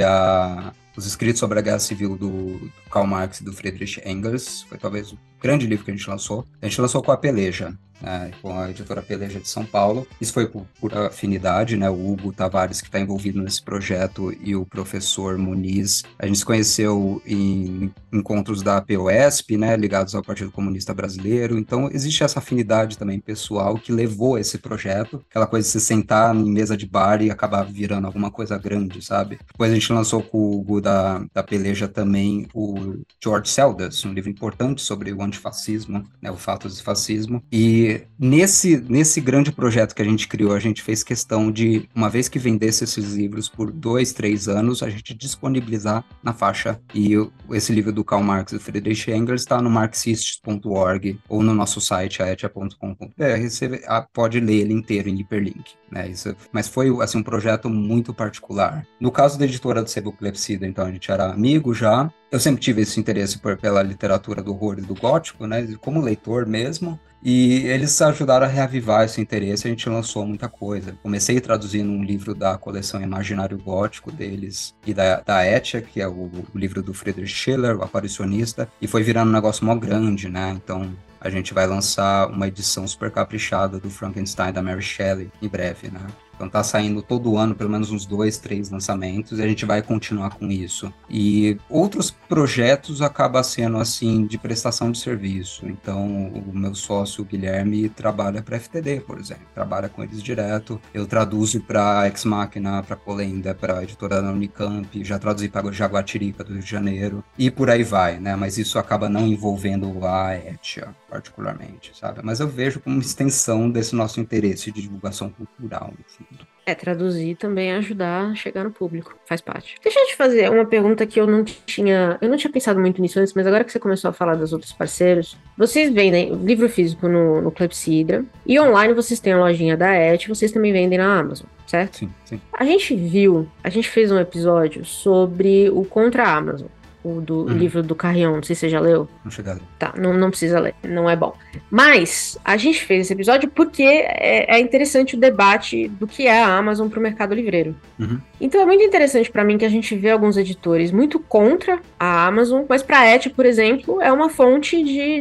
os escritos sobre a Guerra Civil do Karl Marx e do Friedrich Engels. Foi talvez o grande livro que a gente lançou. A gente lançou com a Peleja. né, com a editora Peleja de São Paulo. Isso foi por afinidade, né? O Hugo Tavares, que está envolvido nesse projeto, e o professor Muniz. A gente se conheceu em encontros da POSP, né? Ligados ao Partido Comunista Brasileiro. Então, existe essa afinidade também pessoal que levou a esse projeto. Aquela coisa de se sentar em mesa de bar e acabar virando alguma coisa grande, sabe? Depois a gente lançou com o Hugo da Peleja também o George Seldes, um livro importante sobre o antifascismo, né? O Fatos do Fascismo. E nesse grande projeto que a gente criou, a gente fez questão de, uma vez que vendesse esses livros por 2, 3 anos, a gente disponibilizar na faixa. E esse livro do Karl Marx e do Friedrich Engels está no marxists.org ou no nosso site, aetia.com.br. Você pode ler ele inteiro em hiperlink, né? Mas foi assim, um projeto muito particular. No caso da editora do Sebo Clepsidra, então, a gente era amigo já. Eu sempre tive esse interesse pela literatura do horror e do gótico, né? Como leitor mesmo. E eles ajudaram a reavivar esse interesse, a gente lançou muita coisa. Comecei traduzindo um livro da coleção Imaginário Gótico deles e da Etia, que é o livro do Friedrich Schiller, o aparicionista, e foi virando um negócio mó grande, né? Então a gente vai lançar uma edição super caprichada do Frankenstein da Mary Shelley em breve, né? Então tá saindo todo ano pelo menos uns 2, 3 lançamentos, e a gente vai continuar com isso. E outros projetos acabam sendo assim de prestação de serviço. Então o meu sócio, o Guilherme, trabalha para a FTD, por exemplo. Trabalha com eles direto. Eu traduzo para Ex Machina, para Colenda, para a editora da Unicamp, já traduzi para Jaguatirica do Rio de Janeiro, e por aí vai, né? Mas isso acaba não envolvendo a Etia particularmente, sabe? Mas eu vejo como uma extensão desse nosso interesse de divulgação cultural, enfim. Traduzir também é ajudar a chegar no público, faz parte. Deixa eu te fazer uma pergunta que eu não tinha pensado muito nisso antes, mas agora que você começou a falar dos outros parceiros, vocês vendem livro físico no Clepsidra, e online vocês têm a lojinha da Et, vocês também vendem na Amazon, certo? Sim, sim. A gente fez um episódio sobre o Contra a Amazon. O livro do Carrion, não sei se você já leu. Não chegar a ler. Tá, não precisa ler, não é bom. Mas a gente fez esse episódio porque é interessante o debate do que é a Amazon para o mercado livreiro. Uhum. Então é muito interessante para mim que a gente vê alguns editores muito contra a Amazon, mas para a Et, por exemplo, é uma fonte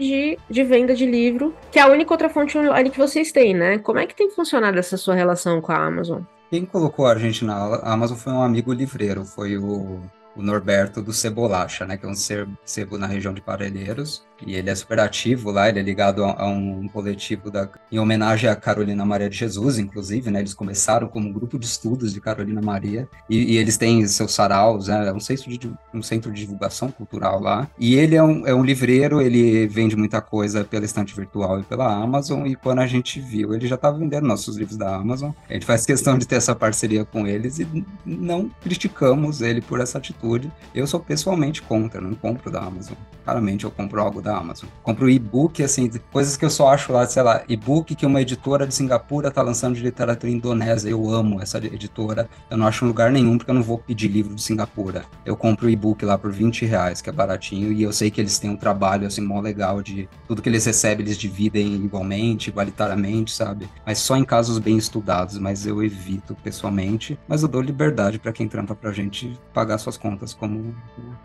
de venda de livro, que é a única outra fonte online que vocês têm, né? Como é que tem funcionado essa sua relação com a Amazon? Quem colocou a gente na Amazon foi um amigo livreiro, foi o Norberto do Cebolacha, né, que é um sebo na região de Parelheiros, e ele é super ativo lá, ele é ligado a um coletivo em homenagem a Carolina Maria de Jesus, inclusive, né, eles começaram como um grupo de estudos de Carolina Maria, e eles têm seus saraus, né, é um centro de divulgação cultural lá, e ele é um livreiro, ele vende muita coisa pela estante virtual e pela Amazon, e quando a gente viu, ele já estava vendendo nossos livros da Amazon, a gente faz questão de ter essa parceria com eles, e não criticamos ele por essa atitude. Eu sou pessoalmente contra, não compro da Amazon. Claramente eu compro algo da Amazon. Compro e-book, assim, coisas que eu só acho lá, sei lá, e-book que uma editora de Singapura tá lançando de literatura indonésia. Eu amo essa editora. Eu não acho em lugar nenhum, porque eu não vou pedir livro de Singapura. Eu compro o e-book lá por R$20, que é baratinho, e eu sei que eles têm um trabalho, assim, mó legal de tudo que eles recebem, eles dividem igualmente, igualitariamente, sabe? Mas só em casos bem estudados, mas eu evito pessoalmente. Mas eu dou liberdade para quem trampa pra gente pagar suas contas como...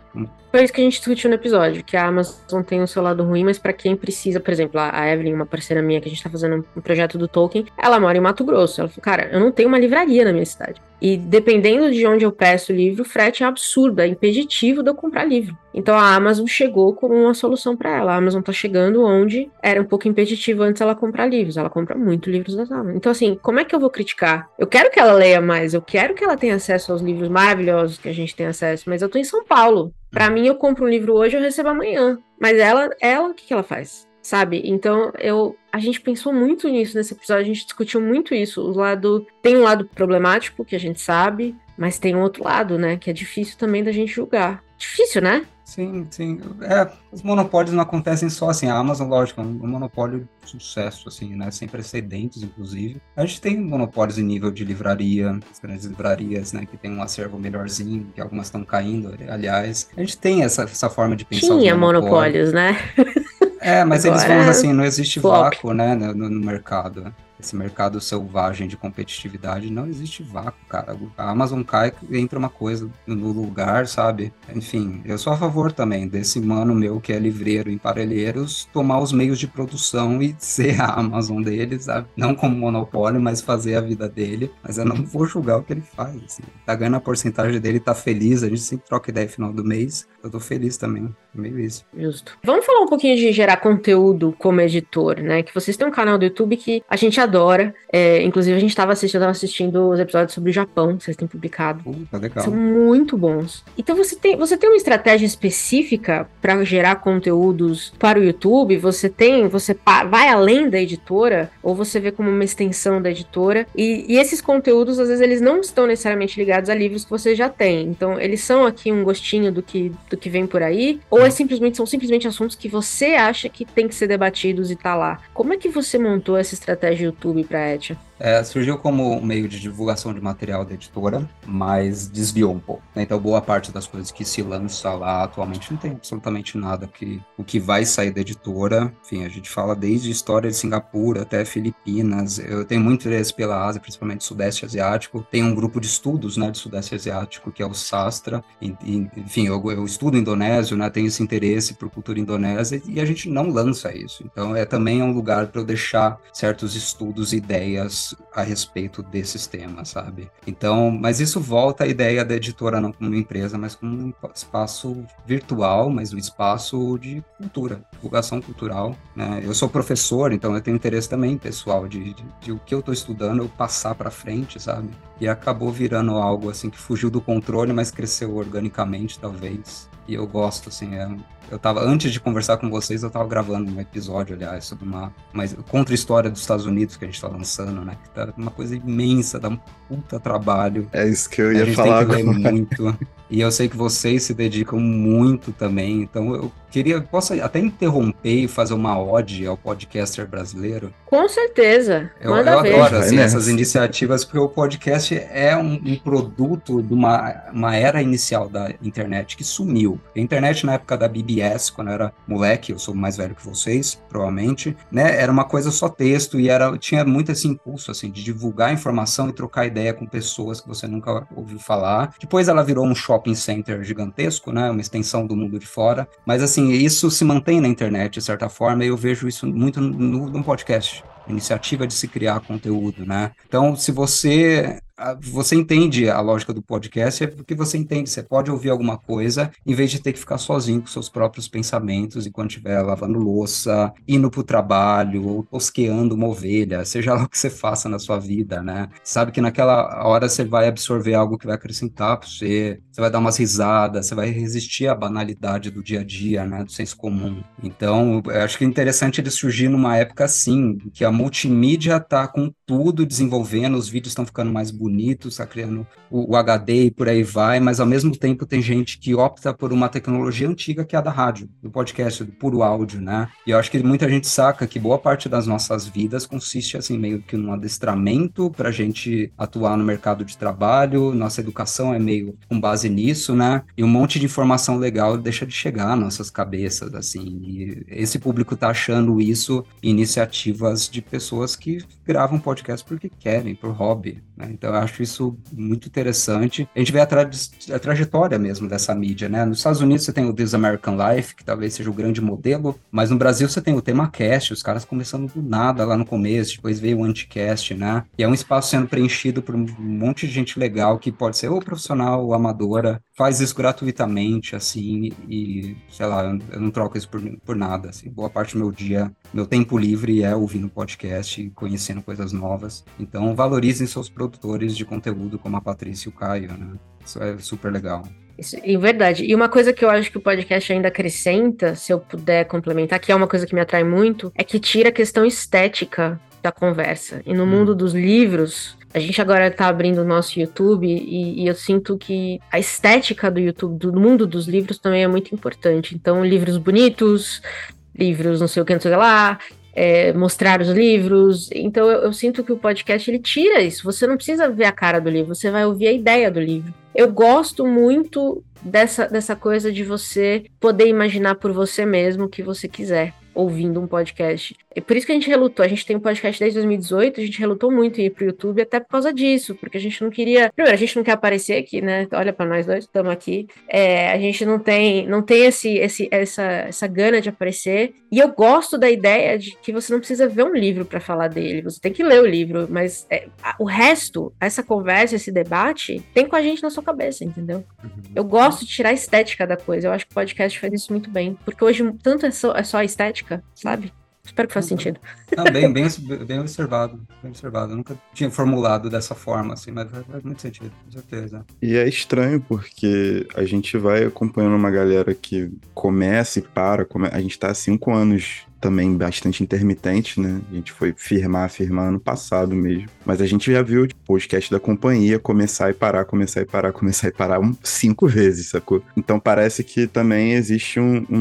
Foi isso que a gente discutiu no episódio, que a Amazon tem o seu lado ruim, mas pra quem precisa, por exemplo, a Evelyn, uma parceira minha que a gente tá fazendo um projeto do Tolkien, ela mora em Mato Grosso. Ela falou, cara, eu não tenho uma livraria na minha cidade. E dependendo de onde eu peço o livro, o frete é absurdo, é impeditivo de eu comprar livro. Então a Amazon chegou com uma solução para ela. A Amazon tá chegando onde era um pouco impeditivo antes ela comprar livros. Ela compra muito livros da Amazon. Então assim, como é que eu vou criticar? Eu quero que ela leia mais, eu quero que ela tenha acesso aos livros maravilhosos que a gente tem acesso, mas eu tô em São Paulo. Para mim, eu compro um livro hoje, eu recebo amanhã. Mas ela o que ela faz? Sabe? Então, a gente pensou muito nisso nesse episódio, a gente discutiu muito isso. Tem um lado problemático, que a gente sabe, mas tem um outro lado, né? Que é difícil também da gente julgar. Difícil, né? Sim, sim. Os monopólios não acontecem só assim. A Amazon, lógico, é um monopólio de sucesso, assim, né? Sem precedentes, inclusive. A gente tem monopólios em nível de livraria, as grandes livrarias, né? Que tem um acervo melhorzinho, que algumas estão caindo, aliás. A gente tem essa forma de pensar. Tinha monopólios, né? Mas agora eles vão assim, não existe flop. vácuo, né, no mercado. esse mercado selvagem de competitividade, não existe vácuo, cara. A Amazon cai, entra uma coisa no lugar, sabe? Enfim, eu sou a favor também desse mano meu que é livreiro em Parelheiros tomar os meios de produção e ser a Amazon dele, sabe? Não como monopólio, mas fazer a vida dele. Mas eu não vou julgar o que ele faz, assim. Tá ganhando a porcentagem dele, tá feliz, a gente sempre troca ideia no final do mês. Eu tô feliz também, meio isso. Justo. Vamos falar um pouquinho de gerar conteúdo como editor, né? Que vocês têm um canal do YouTube que a gente adora. Inclusive, eu tava assistindo os episódios sobre o Japão, que vocês têm publicado. Tá legal. São muito bons. Então, você tem uma estratégia específica para gerar conteúdos para o YouTube? Você vai além da editora? Ou você vê como uma extensão da editora? E esses conteúdos, às vezes, eles não estão necessariamente ligados a livros que você já tem. Então, eles são aqui um gostinho do que vem por aí? Ou são simplesmente assuntos que você acha que tem que ser debatidos e tá lá? Como é que você montou essa estratégia YouTube para Etia? Surgiu como um meio de divulgação de material da editora, mas desviou um pouco, né? Então, boa parte das coisas que se lança lá atualmente não tem absolutamente nada o que vai sair da editora. Enfim, a gente fala desde história de Singapura até Filipinas. Eu tenho muito interesse pela Ásia, principalmente Sudeste Asiático. Tem um grupo de estudos, né, de Sudeste Asiático, que é o Sastra. Enfim, eu estudo indonésio, né? Tenho esse interesse por cultura indonésia e a gente não lança isso. Então, também é um lugar para eu deixar certos estudos e ideias a respeito desses temas, sabe? Então, mas isso volta à ideia da editora não como uma empresa, mas como um espaço virtual, mas um espaço de cultura, divulgação cultural, né? Eu sou professor, então eu tenho interesse também pessoal de o que eu estou estudando eu passar para frente, sabe? E acabou virando algo assim que fugiu do controle, mas cresceu organicamente, talvez. E eu gosto, assim, antes de conversar com vocês, eu tava gravando um episódio, aliás, sobre uma contra-história dos Estados Unidos que a gente tá lançando, né? Que tá uma coisa imensa, dá um puta trabalho. É isso que eu ia a gente falar tem que ler agora. muito. E eu sei que vocês se dedicam muito também, então posso até interromper e fazer uma ode ao podcaster brasileiro? Com certeza. Eu Manda ver. adoro assim, Vai essas nessa. iniciativas, porque o podcast é um produto de uma era inicial da internet que sumiu. A internet na época da BBS, quando eu era moleque, eu sou mais velho que vocês, provavelmente, né? Era uma coisa só texto e tinha muito esse impulso assim, de divulgar informação e trocar ideia com pessoas que você nunca ouviu falar. Depois ela virou um shopping center gigantesco, né? Uma extensão do mundo de fora. Mas assim, isso se mantém na internet, de certa forma, e eu vejo isso muito no podcast. Iniciativa de se criar conteúdo, né? Então, se você entende a lógica do podcast, é porque você entende, você pode ouvir alguma coisa, em vez de ter que ficar sozinho com seus próprios pensamentos, enquanto estiver lavando louça, indo para o trabalho, ou tosqueando uma ovelha, seja lá o que você faça na sua vida, né? Sabe que naquela hora você vai absorver algo que vai acrescentar para você vai dar umas risadas, você vai resistir à banalidade do dia a dia, né? Do senso comum. Então, eu acho que é interessante ele surgir numa época assim, que a multimídia tá com tudo desenvolvendo, os vídeos estão ficando mais bonitos, está criando o HD e por aí vai, mas ao mesmo tempo tem gente que opta por uma tecnologia antiga que é a da rádio, do podcast, do puro áudio, né? E eu acho que muita gente saca que boa parte das nossas vidas consiste assim meio que num adestramento para a gente atuar no mercado de trabalho, nossa educação é meio com base nisso, né? E um monte de informação legal deixa de chegar às nossas cabeças, assim, e esse público tá achando isso em iniciativas de pessoas que gravam podcast porque querem, por hobby, né? Então eu acho isso muito interessante. A gente vê a trajetória mesmo dessa mídia, né? Nos Estados Unidos você tem o This American Life, que talvez seja o grande modelo, mas no Brasil você tem o TemaCast, os caras começando do nada lá no começo, depois veio o Anticast, né? E é um espaço sendo preenchido por um monte de gente legal que pode ser ou profissional ou amadora, faz isso gratuitamente, assim, e, sei lá, eu não troco isso por nada, assim. Boa parte do meu dia, meu tempo livre é ouvindo podcast e conhecendo coisas novas. Então, valorizem seus produtores de conteúdo, como a Patrícia e o Caio, né? Isso é super legal. Isso, é verdade. E uma coisa que eu acho que o podcast ainda acrescenta, se eu puder complementar, que é uma coisa que me atrai muito, é que tira a questão estética da conversa. E no mundo dos livros, a gente agora tá abrindo o nosso YouTube e eu sinto que a estética do YouTube, do mundo dos livros também é muito importante. Então, livros bonitos, livros não sei o que, não sei o que lá, mostrar os livros. Então, eu sinto que o podcast, ele tira isso. Você não precisa ver a cara do livro, você vai ouvir a ideia do livro. Eu gosto muito dessa coisa de você poder imaginar por você mesmo o que você quiser ouvindo um podcast. E por isso que a gente relutou. A gente tem um podcast desde 2018, a gente relutou muito em ir pro YouTube, até por causa disso, porque a gente não queria. Primeiro, a gente não quer aparecer aqui, né? Olha pra nós dois, estamos aqui. A gente não tem essa gana de aparecer. E eu gosto da ideia de que você não precisa ver um livro para falar dele, você tem que ler o livro, mas o resto, essa conversa, esse debate, tem com a gente na sua cabeça, entendeu? Eu gosto de tirar a estética da coisa, eu acho que o podcast faz isso muito bem, porque hoje tanto é só a estética, sabe? Espero que faça sentido. Não, bem observado, bem observado. Eu nunca tinha formulado dessa forma, assim, mas faz muito sentido, com certeza. E é estranho porque a gente vai acompanhando uma galera que começa e para, a gente tá há 5 anos também bastante intermitente, né? A gente foi firmar ano passado mesmo. Mas a gente já viu o podcast da companhia começar e parar, começar e parar, começar e parar 5 vezes, sacou? Então parece que também existe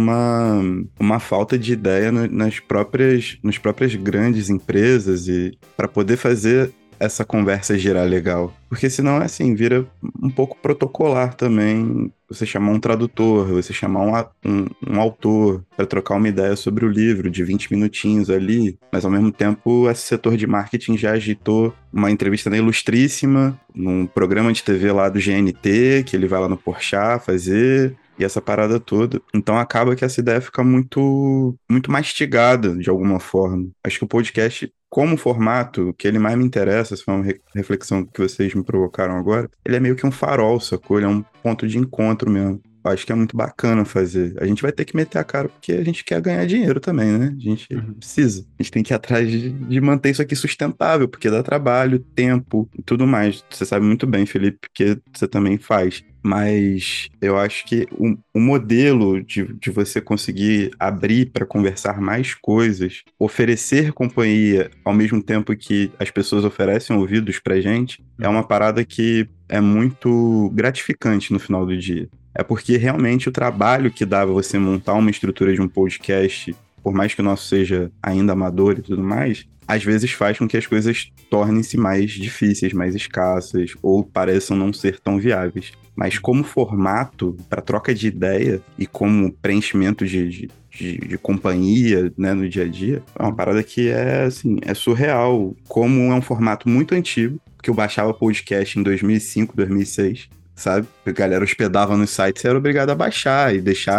uma falta de ideia nas próprias grandes empresas e para poder fazer essa conversa girar legal. Porque senão é assim, vira um pouco protocolar também. Você chamar um tradutor, você chamar um autor para trocar uma ideia sobre o livro de 20 minutinhos ali, mas ao mesmo tempo esse setor de marketing já agitou uma entrevista na Ilustríssima, num programa de TV lá do GNT, que ele vai lá no Porchat fazer, e essa parada toda. Então acaba que essa ideia fica muito, muito mastigada de alguma forma. Acho que o podcast, como formato, que ele mais me interessa, essa foi uma reflexão que vocês me provocaram agora, ele é meio que um farol, sacou? Ele é um ponto de encontro mesmo. Eu acho que é muito bacana fazer. A gente vai ter que meter a cara porque a gente quer ganhar dinheiro também, né? A gente precisa. A gente tem que ir atrás de manter isso aqui sustentável, porque dá trabalho, tempo e tudo mais. Você sabe muito bem, Felipe, porque você também faz. Mas eu acho que o modelo de você conseguir abrir para conversar mais coisas, oferecer companhia ao mesmo tempo que as pessoas oferecem ouvidos pra gente, é uma parada que é muito gratificante no final do dia. É porque realmente o trabalho que dava você montar uma estrutura de um podcast, por mais que o nosso seja ainda amador e tudo mais, às vezes faz com que as coisas tornem-se mais difíceis, mais escassas, ou pareçam não ser tão viáveis. Mas como formato para troca de ideia e como preenchimento de companhia, né, no dia a dia, é uma parada que é, assim, é surreal. Como é um formato muito antigo, que eu baixava podcast em 2005, 2006, sabe? A galera hospedava nos sites e era obrigado a baixar e deixar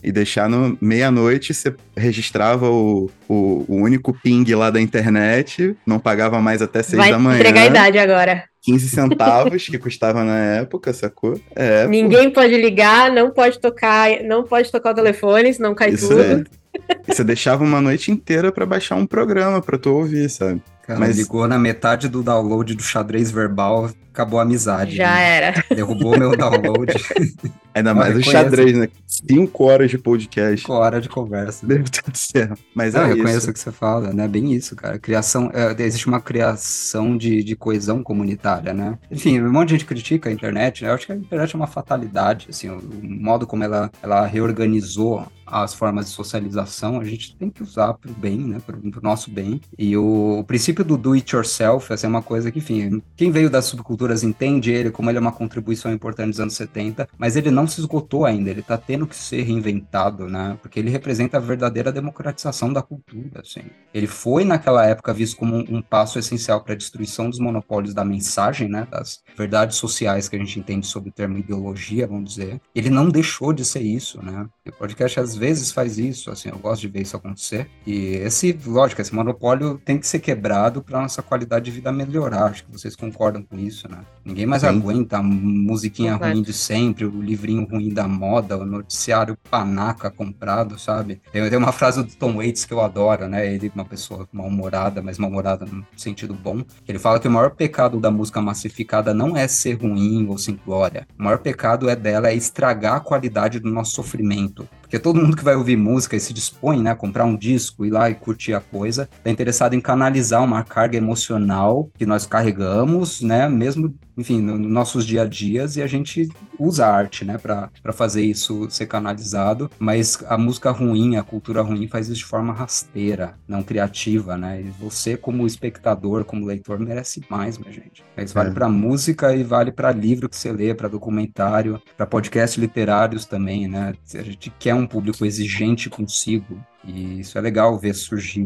no meia-noite, você registrava o único ping lá da internet, não pagava mais até 6 da manhã. Vai entregar a idade agora. 15 centavos que custava na época, sacou? Ninguém pode ligar, não pode tocar o telefone, senão cai isso tudo. É. E você deixava uma noite inteira pra baixar um programa pra tu ouvir, sabe? Cara, ligou na metade do download do xadrez verbal, acabou a amizade. Já né? era. Derrubou meu download. Ainda mais o xadrez, né? 5 horas de podcast. 5 horas de conversa. Deve ter certo. Mas não, é eu isso. reconheço o que você fala, né? Bem isso, cara. Criação, existe uma criação de coesão comunitária, né? Enfim, um monte de gente critica a internet, né? Eu acho que a internet é uma fatalidade, assim, o modo como ela reorganizou as formas de socialização, a gente tem que usar para o bem, né? Para o nosso bem. E o princípio do do it yourself, essa é uma coisa que, enfim, quem veio das subculturas entende ele, como ele é uma contribuição importante dos anos 70, mas ele não se esgotou ainda, ele tá tendo que ser reinventado, né? Porque ele representa a verdadeira democratização da cultura, assim. Ele foi, naquela época, visto como um passo essencial para a destruição dos monopólios da mensagem, né? Das verdades sociais que a gente entende sob o termo ideologia, vamos dizer. Ele não deixou de ser isso, né? O podcast, às vezes, faz isso, assim, eu gosto de ver isso acontecer. E lógico, esse monopólio tem que ser quebrado para nossa qualidade de vida melhorar. Acho que vocês concordam com isso, né? Ninguém mais aguenta a musiquinha ruim de sempre, o livrinho ruim da moda, o noticiário panaca comprado, sabe? Tem uma frase do Tom Waits que eu adoro, né? Ele, uma pessoa mal-humorada, mas mal-humorada no sentido bom. Ele fala que o maior pecado da música massificada não é ser ruim ou simplória. O maior pecado é estragar a qualidade do nosso sofrimento. Porque todo mundo que vai ouvir música e se dispõe, né, a comprar um disco, ir lá e curtir a coisa, tá interessado em canalizar uma carga emocional que nós carregamos, né, mesmo, enfim, nos nossos dia a dias, e a gente usa a arte, né, pra fazer isso ser canalizado, mas a música ruim, a cultura ruim faz isso de forma rasteira, não criativa, né, e você como espectador, como leitor, merece mais, minha gente. Isso vale pra música e vale pra livro que você lê, pra documentário, pra podcasts literários também, né, a gente quer um público exigente consigo, e isso é legal ver surgindo.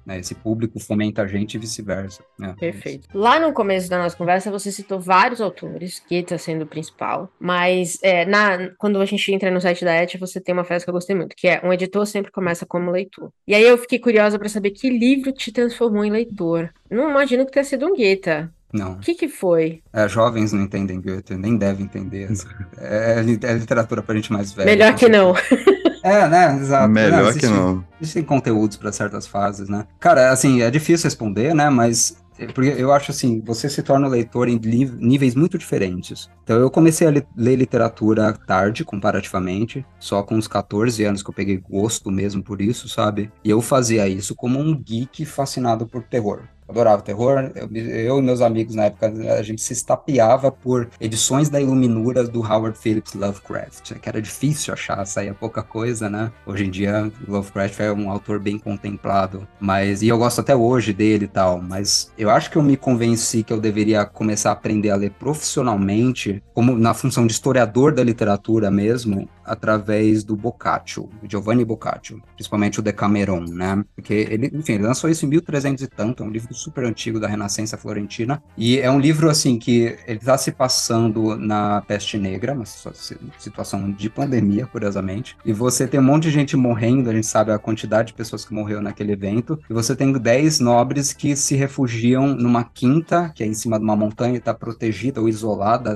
né? Esse público fomenta a gente e vice-versa, né? Perfeito. Lá no começo da nossa conversa, você citou vários autores, Goethe sendo o principal, mas quando a gente entra no site da ET, você tem uma frase que eu gostei muito, que é: um editor sempre começa como leitor. E aí eu fiquei curiosa para saber que livro te transformou em leitor. Não imagino que tenha sido um Goethe. Não. O que foi? Jovens não entendem Goethe, nem devem entender. É literatura pra gente mais velha. Melhor que não. Né, exato. Melhor que não. Existem conteúdos para certas fases, né? Cara, assim, é difícil responder, né? Mas porque eu acho assim, você se torna leitor em níveis muito diferentes. Então eu comecei a ler literatura tarde, comparativamente, só com uns 14 anos que eu peguei gosto mesmo por isso, sabe? E eu fazia isso como um geek fascinado por terror. Adorava terror. Eu e meus amigos na época, a gente se estapeava por edições da Iluminura do Howard Phillips Lovecraft, que era difícil achar, saía pouca coisa, né? Hoje em dia, Lovecraft é um autor bem contemplado, e eu gosto até hoje dele e tal, mas eu acho que eu me convenci que eu deveria começar a aprender a ler profissionalmente, como na função de historiador da literatura mesmo, através do Boccaccio, Giovanni Boccaccio, principalmente o Decameron, né? Porque ele lançou isso em 1300 e tanto, é um livro super antigo da Renascença Florentina, e é um livro, assim, que ele está se passando na Peste Negra, uma situação de pandemia, curiosamente, e você tem um monte de gente morrendo, a gente sabe a quantidade de pessoas que morreu naquele evento, e você tem 10 nobres que se refugiam numa quinta, que é em cima de uma montanha e está protegida ou isolada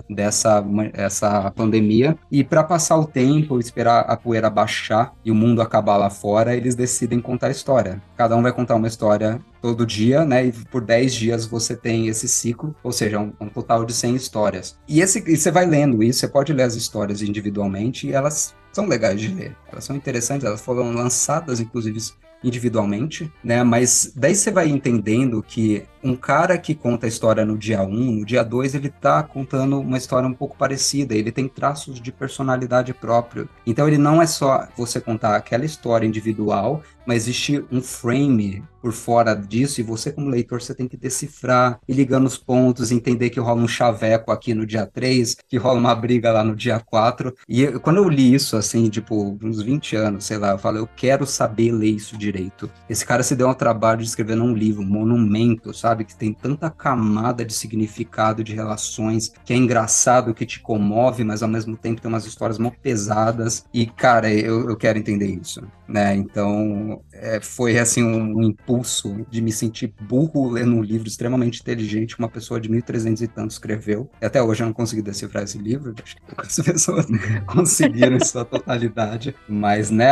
essa pandemia, e para passar o tempo, esperar a poeira baixar e o mundo acabar lá fora, eles decidem contar a história. Cada um vai contar uma história todo dia, né? E por 10 dias você tem esse ciclo, ou seja, um total de 100 histórias. E você vai lendo isso, você pode ler as histórias individualmente e elas são legais de ler. Elas são interessantes, elas foram lançadas, inclusive, individualmente, né? Mas daí você vai entendendo que um cara que conta a história no dia 1, no dia 2, ele tá contando uma história um pouco parecida, ele tem traços de personalidade próprio. Então ele não é só você contar aquela história individual, mas existe um frame por fora disso, e você, como leitor, você tem que decifrar, e ligando os pontos, entender que rola um chaveco aqui no dia 3, que rola uma briga lá no dia 4. E quando eu li isso, assim, tipo, uns 20 anos, sei lá, eu falei, eu quero saber ler isso direito. Esse cara se deu ao trabalho de escrever num livro, um monumento, sabe? Que tem tanta camada de significado, de relações, que é engraçado, que te comove, mas ao mesmo tempo tem umas histórias muito pesadas. E, cara, eu quero entender isso, né? Então, foi, assim, um impulso de me sentir burro lendo um livro extremamente inteligente que uma pessoa de 1300 e tanto escreveu. E até hoje eu não consegui decifrar esse livro, acho que poucas pessoas conseguiram em sua totalidade. Mas, né,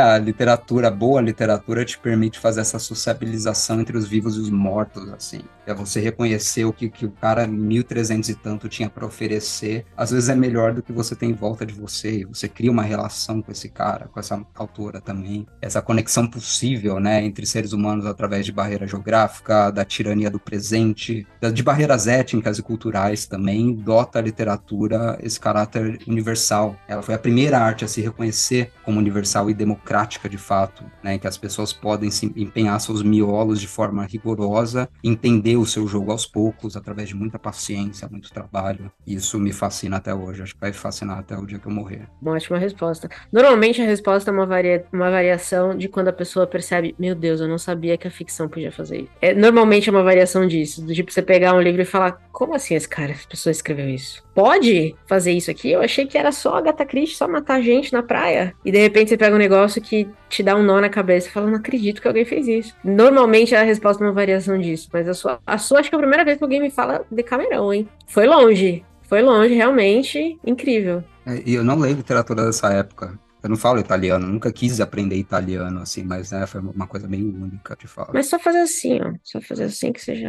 a boa literatura te permite fazer essa sociabilização entre os vivos e os mortos, assim. É você reconhecer o que o cara em 1300 e tanto tinha para oferecer. Às vezes é melhor do que você tem em volta de você. E você cria uma relação com esse cara, com essa autora também. Essa conexão possível, né, entre seres humanos através de barreira geográfica, da tirania do presente, de barreiras étnicas e culturais também, dota a literatura esse caráter universal. Ela foi a primeira arte a se reconhecer como universal e democrática de fato, né, em que as pessoas podem se empenhar seus miolos de forma rigorosa, entender o seu jogo aos poucos, através de muita paciência, muito trabalho. Isso me fascina até hoje, acho que vai fascinar até o dia que eu morrer. Uma ótima resposta. Normalmente a resposta é uma variação de quando a pessoa percebe, meu Deus, eu não sabia que a ficção podia fazer isso. Normalmente é uma variação disso, do tipo você pegar um livro e falar, como assim essa pessoa escreveu isso? Pode fazer isso aqui? Eu achei que era só a Agatha Christie, só matar gente na praia. E de repente você pega um negócio que te dá um nó na cabeça e fala, não acredito que alguém fez isso. Normalmente a resposta é uma variação disso, mas a sua acho que é a primeira vez que alguém me fala Decameron, hein? Foi longe, realmente incrível. E eu não leio literatura dessa época. Eu não falo italiano, nunca quis aprender italiano, assim, mas né, foi uma coisa meio única de falar. Mas só fazer assim, ó. Só fazer assim que você já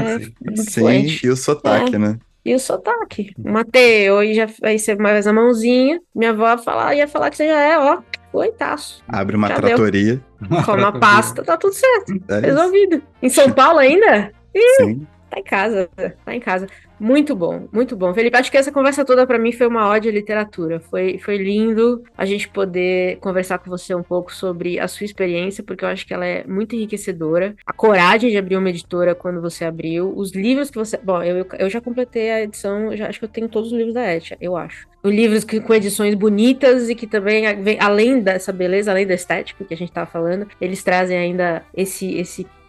é Sim, e o sotaque, né? E o sotaque. Mateu, aí você faz a mãozinha, minha avó ia falar que você já é, ó, oitaço. Abre uma tratoria. Com uma pasta, tá tudo certo. Resolvido. Isso. Em São Paulo ainda? Sim. Tá em casa. Muito bom, muito bom. Felipe, acho que essa conversa toda pra mim foi uma ode à literatura. Foi lindo a gente poder conversar com você um pouco sobre a sua experiência, porque eu acho que ela é muito enriquecedora. A coragem de abrir uma editora quando você abriu, os livros que você... Bom, eu já completei a edição, acho que eu tenho todos os livros da Etia, eu acho. Livros com edições bonitas e que também, além dessa beleza, além da estética que a gente tava falando, eles trazem ainda esse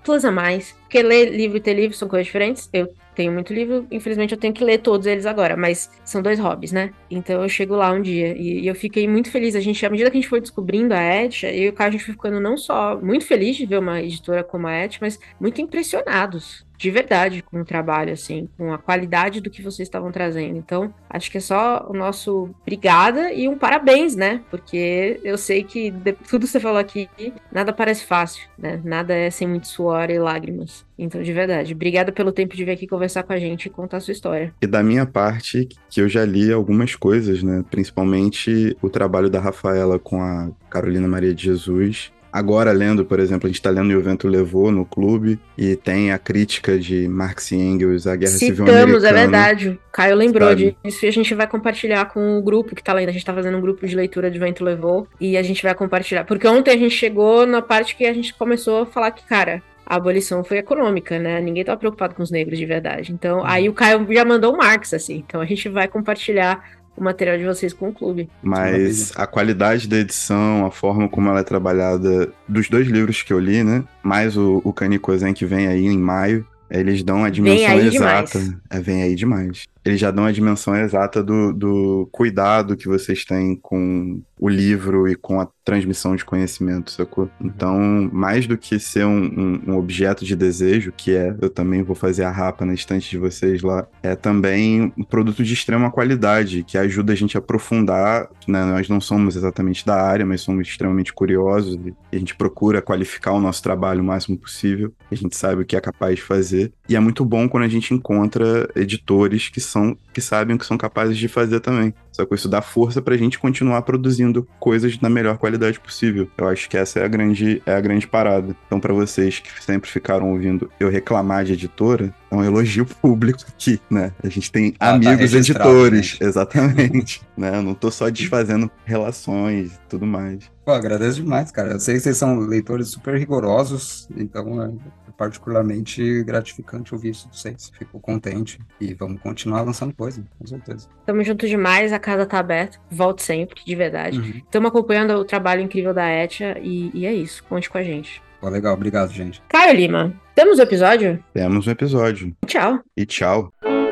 plus a mais. Porque ler livro e ter livro são coisas diferentes. Eu tenho muito livro, infelizmente eu tenho que ler todos eles agora, mas são 2 hobbies, né? Então eu chego lá um dia e eu fiquei muito feliz. À medida que a gente foi descobrindo a Et, eu e o Caio, a gente foi ficando não só muito feliz de ver uma editora como a Et, mas muito impressionados. De verdade, com o trabalho, assim, com a qualidade do que vocês estavam trazendo. Então, acho que é só o nosso obrigada e um parabéns, né? Porque eu sei que tudo que você falou aqui, nada parece fácil, né? Nada é sem muito suor e lágrimas. Então, de verdade, obrigada pelo tempo de vir aqui conversar com a gente e contar a sua história. E da minha parte, que eu já li algumas coisas, né? Principalmente o trabalho da Rafaela com a Carolina Maria de Jesus. Agora lendo, por exemplo, a gente está lendo E o Vento Levou no clube, e tem a crítica de Marx e Engels à Guerra Civil Americana. Citamos, é verdade. O Caio lembrou sabe? disso e a gente vai compartilhar com o grupo que tá lendo. A gente tá fazendo um grupo de leitura de Vento Levou e a gente vai compartilhar. Porque ontem a gente chegou na parte que a gente começou a falar que, cara, a abolição foi econômica, né? Ninguém tava preocupado com os negros de verdade. Então, aí o Caio já mandou o Marx, assim. Então a gente vai compartilhar o material de vocês com o clube. Mas a qualidade da edição, a forma como ela é trabalhada, dos 2 livros que eu li, né? Mais o Kanikozen, que vem aí em maio, eles dão a dimensão exata. Vem aí demais. Eles já dão a dimensão exata do cuidado que vocês têm com o livro e com a transmissão de conhecimento, sacou? Então, mais do que ser um objeto de desejo, que eu também vou fazer a rapa na estante de vocês lá, é também um produto de extrema qualidade, que ajuda a gente a aprofundar, né? Nós não somos exatamente da área, mas somos extremamente curiosos e a gente procura qualificar o nosso trabalho o máximo possível, a gente sabe o que é capaz de fazer, e é muito bom quando a gente encontra editores que sabem o que são capazes de fazer também. Só que isso dá força pra gente continuar produzindo coisas na melhor qualidade possível. Eu acho que essa é a grande parada. Então, pra vocês que sempre ficaram ouvindo eu reclamar de editora, é um elogio público aqui, né? A gente tem amigos editores. Gente. Exatamente. Né? Eu não tô só desfazendo relações e tudo mais. Pô, agradeço demais, cara. Eu sei que vocês são leitores super rigorosos, então é particularmente gratificante ouvir isso de vocês. Fico contente e vamos continuar lançando coisa, com certeza. Tamo junto demais, a casa tá aberta. Volte sempre, de verdade. Estamos acompanhando o trabalho incrível da Etia e é isso. Conte com a gente. Pô, legal. Obrigado, gente. Caio Lima, temos um episódio? Temos um episódio. Tchau. E tchau.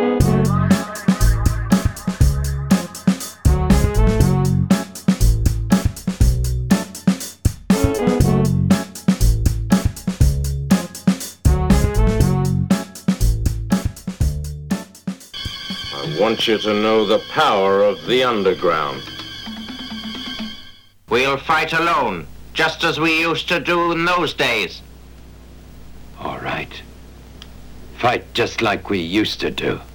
I want you to know the power of the underground. We'll fight alone, just as we used to do in those days. All right. Fight just like we used to do.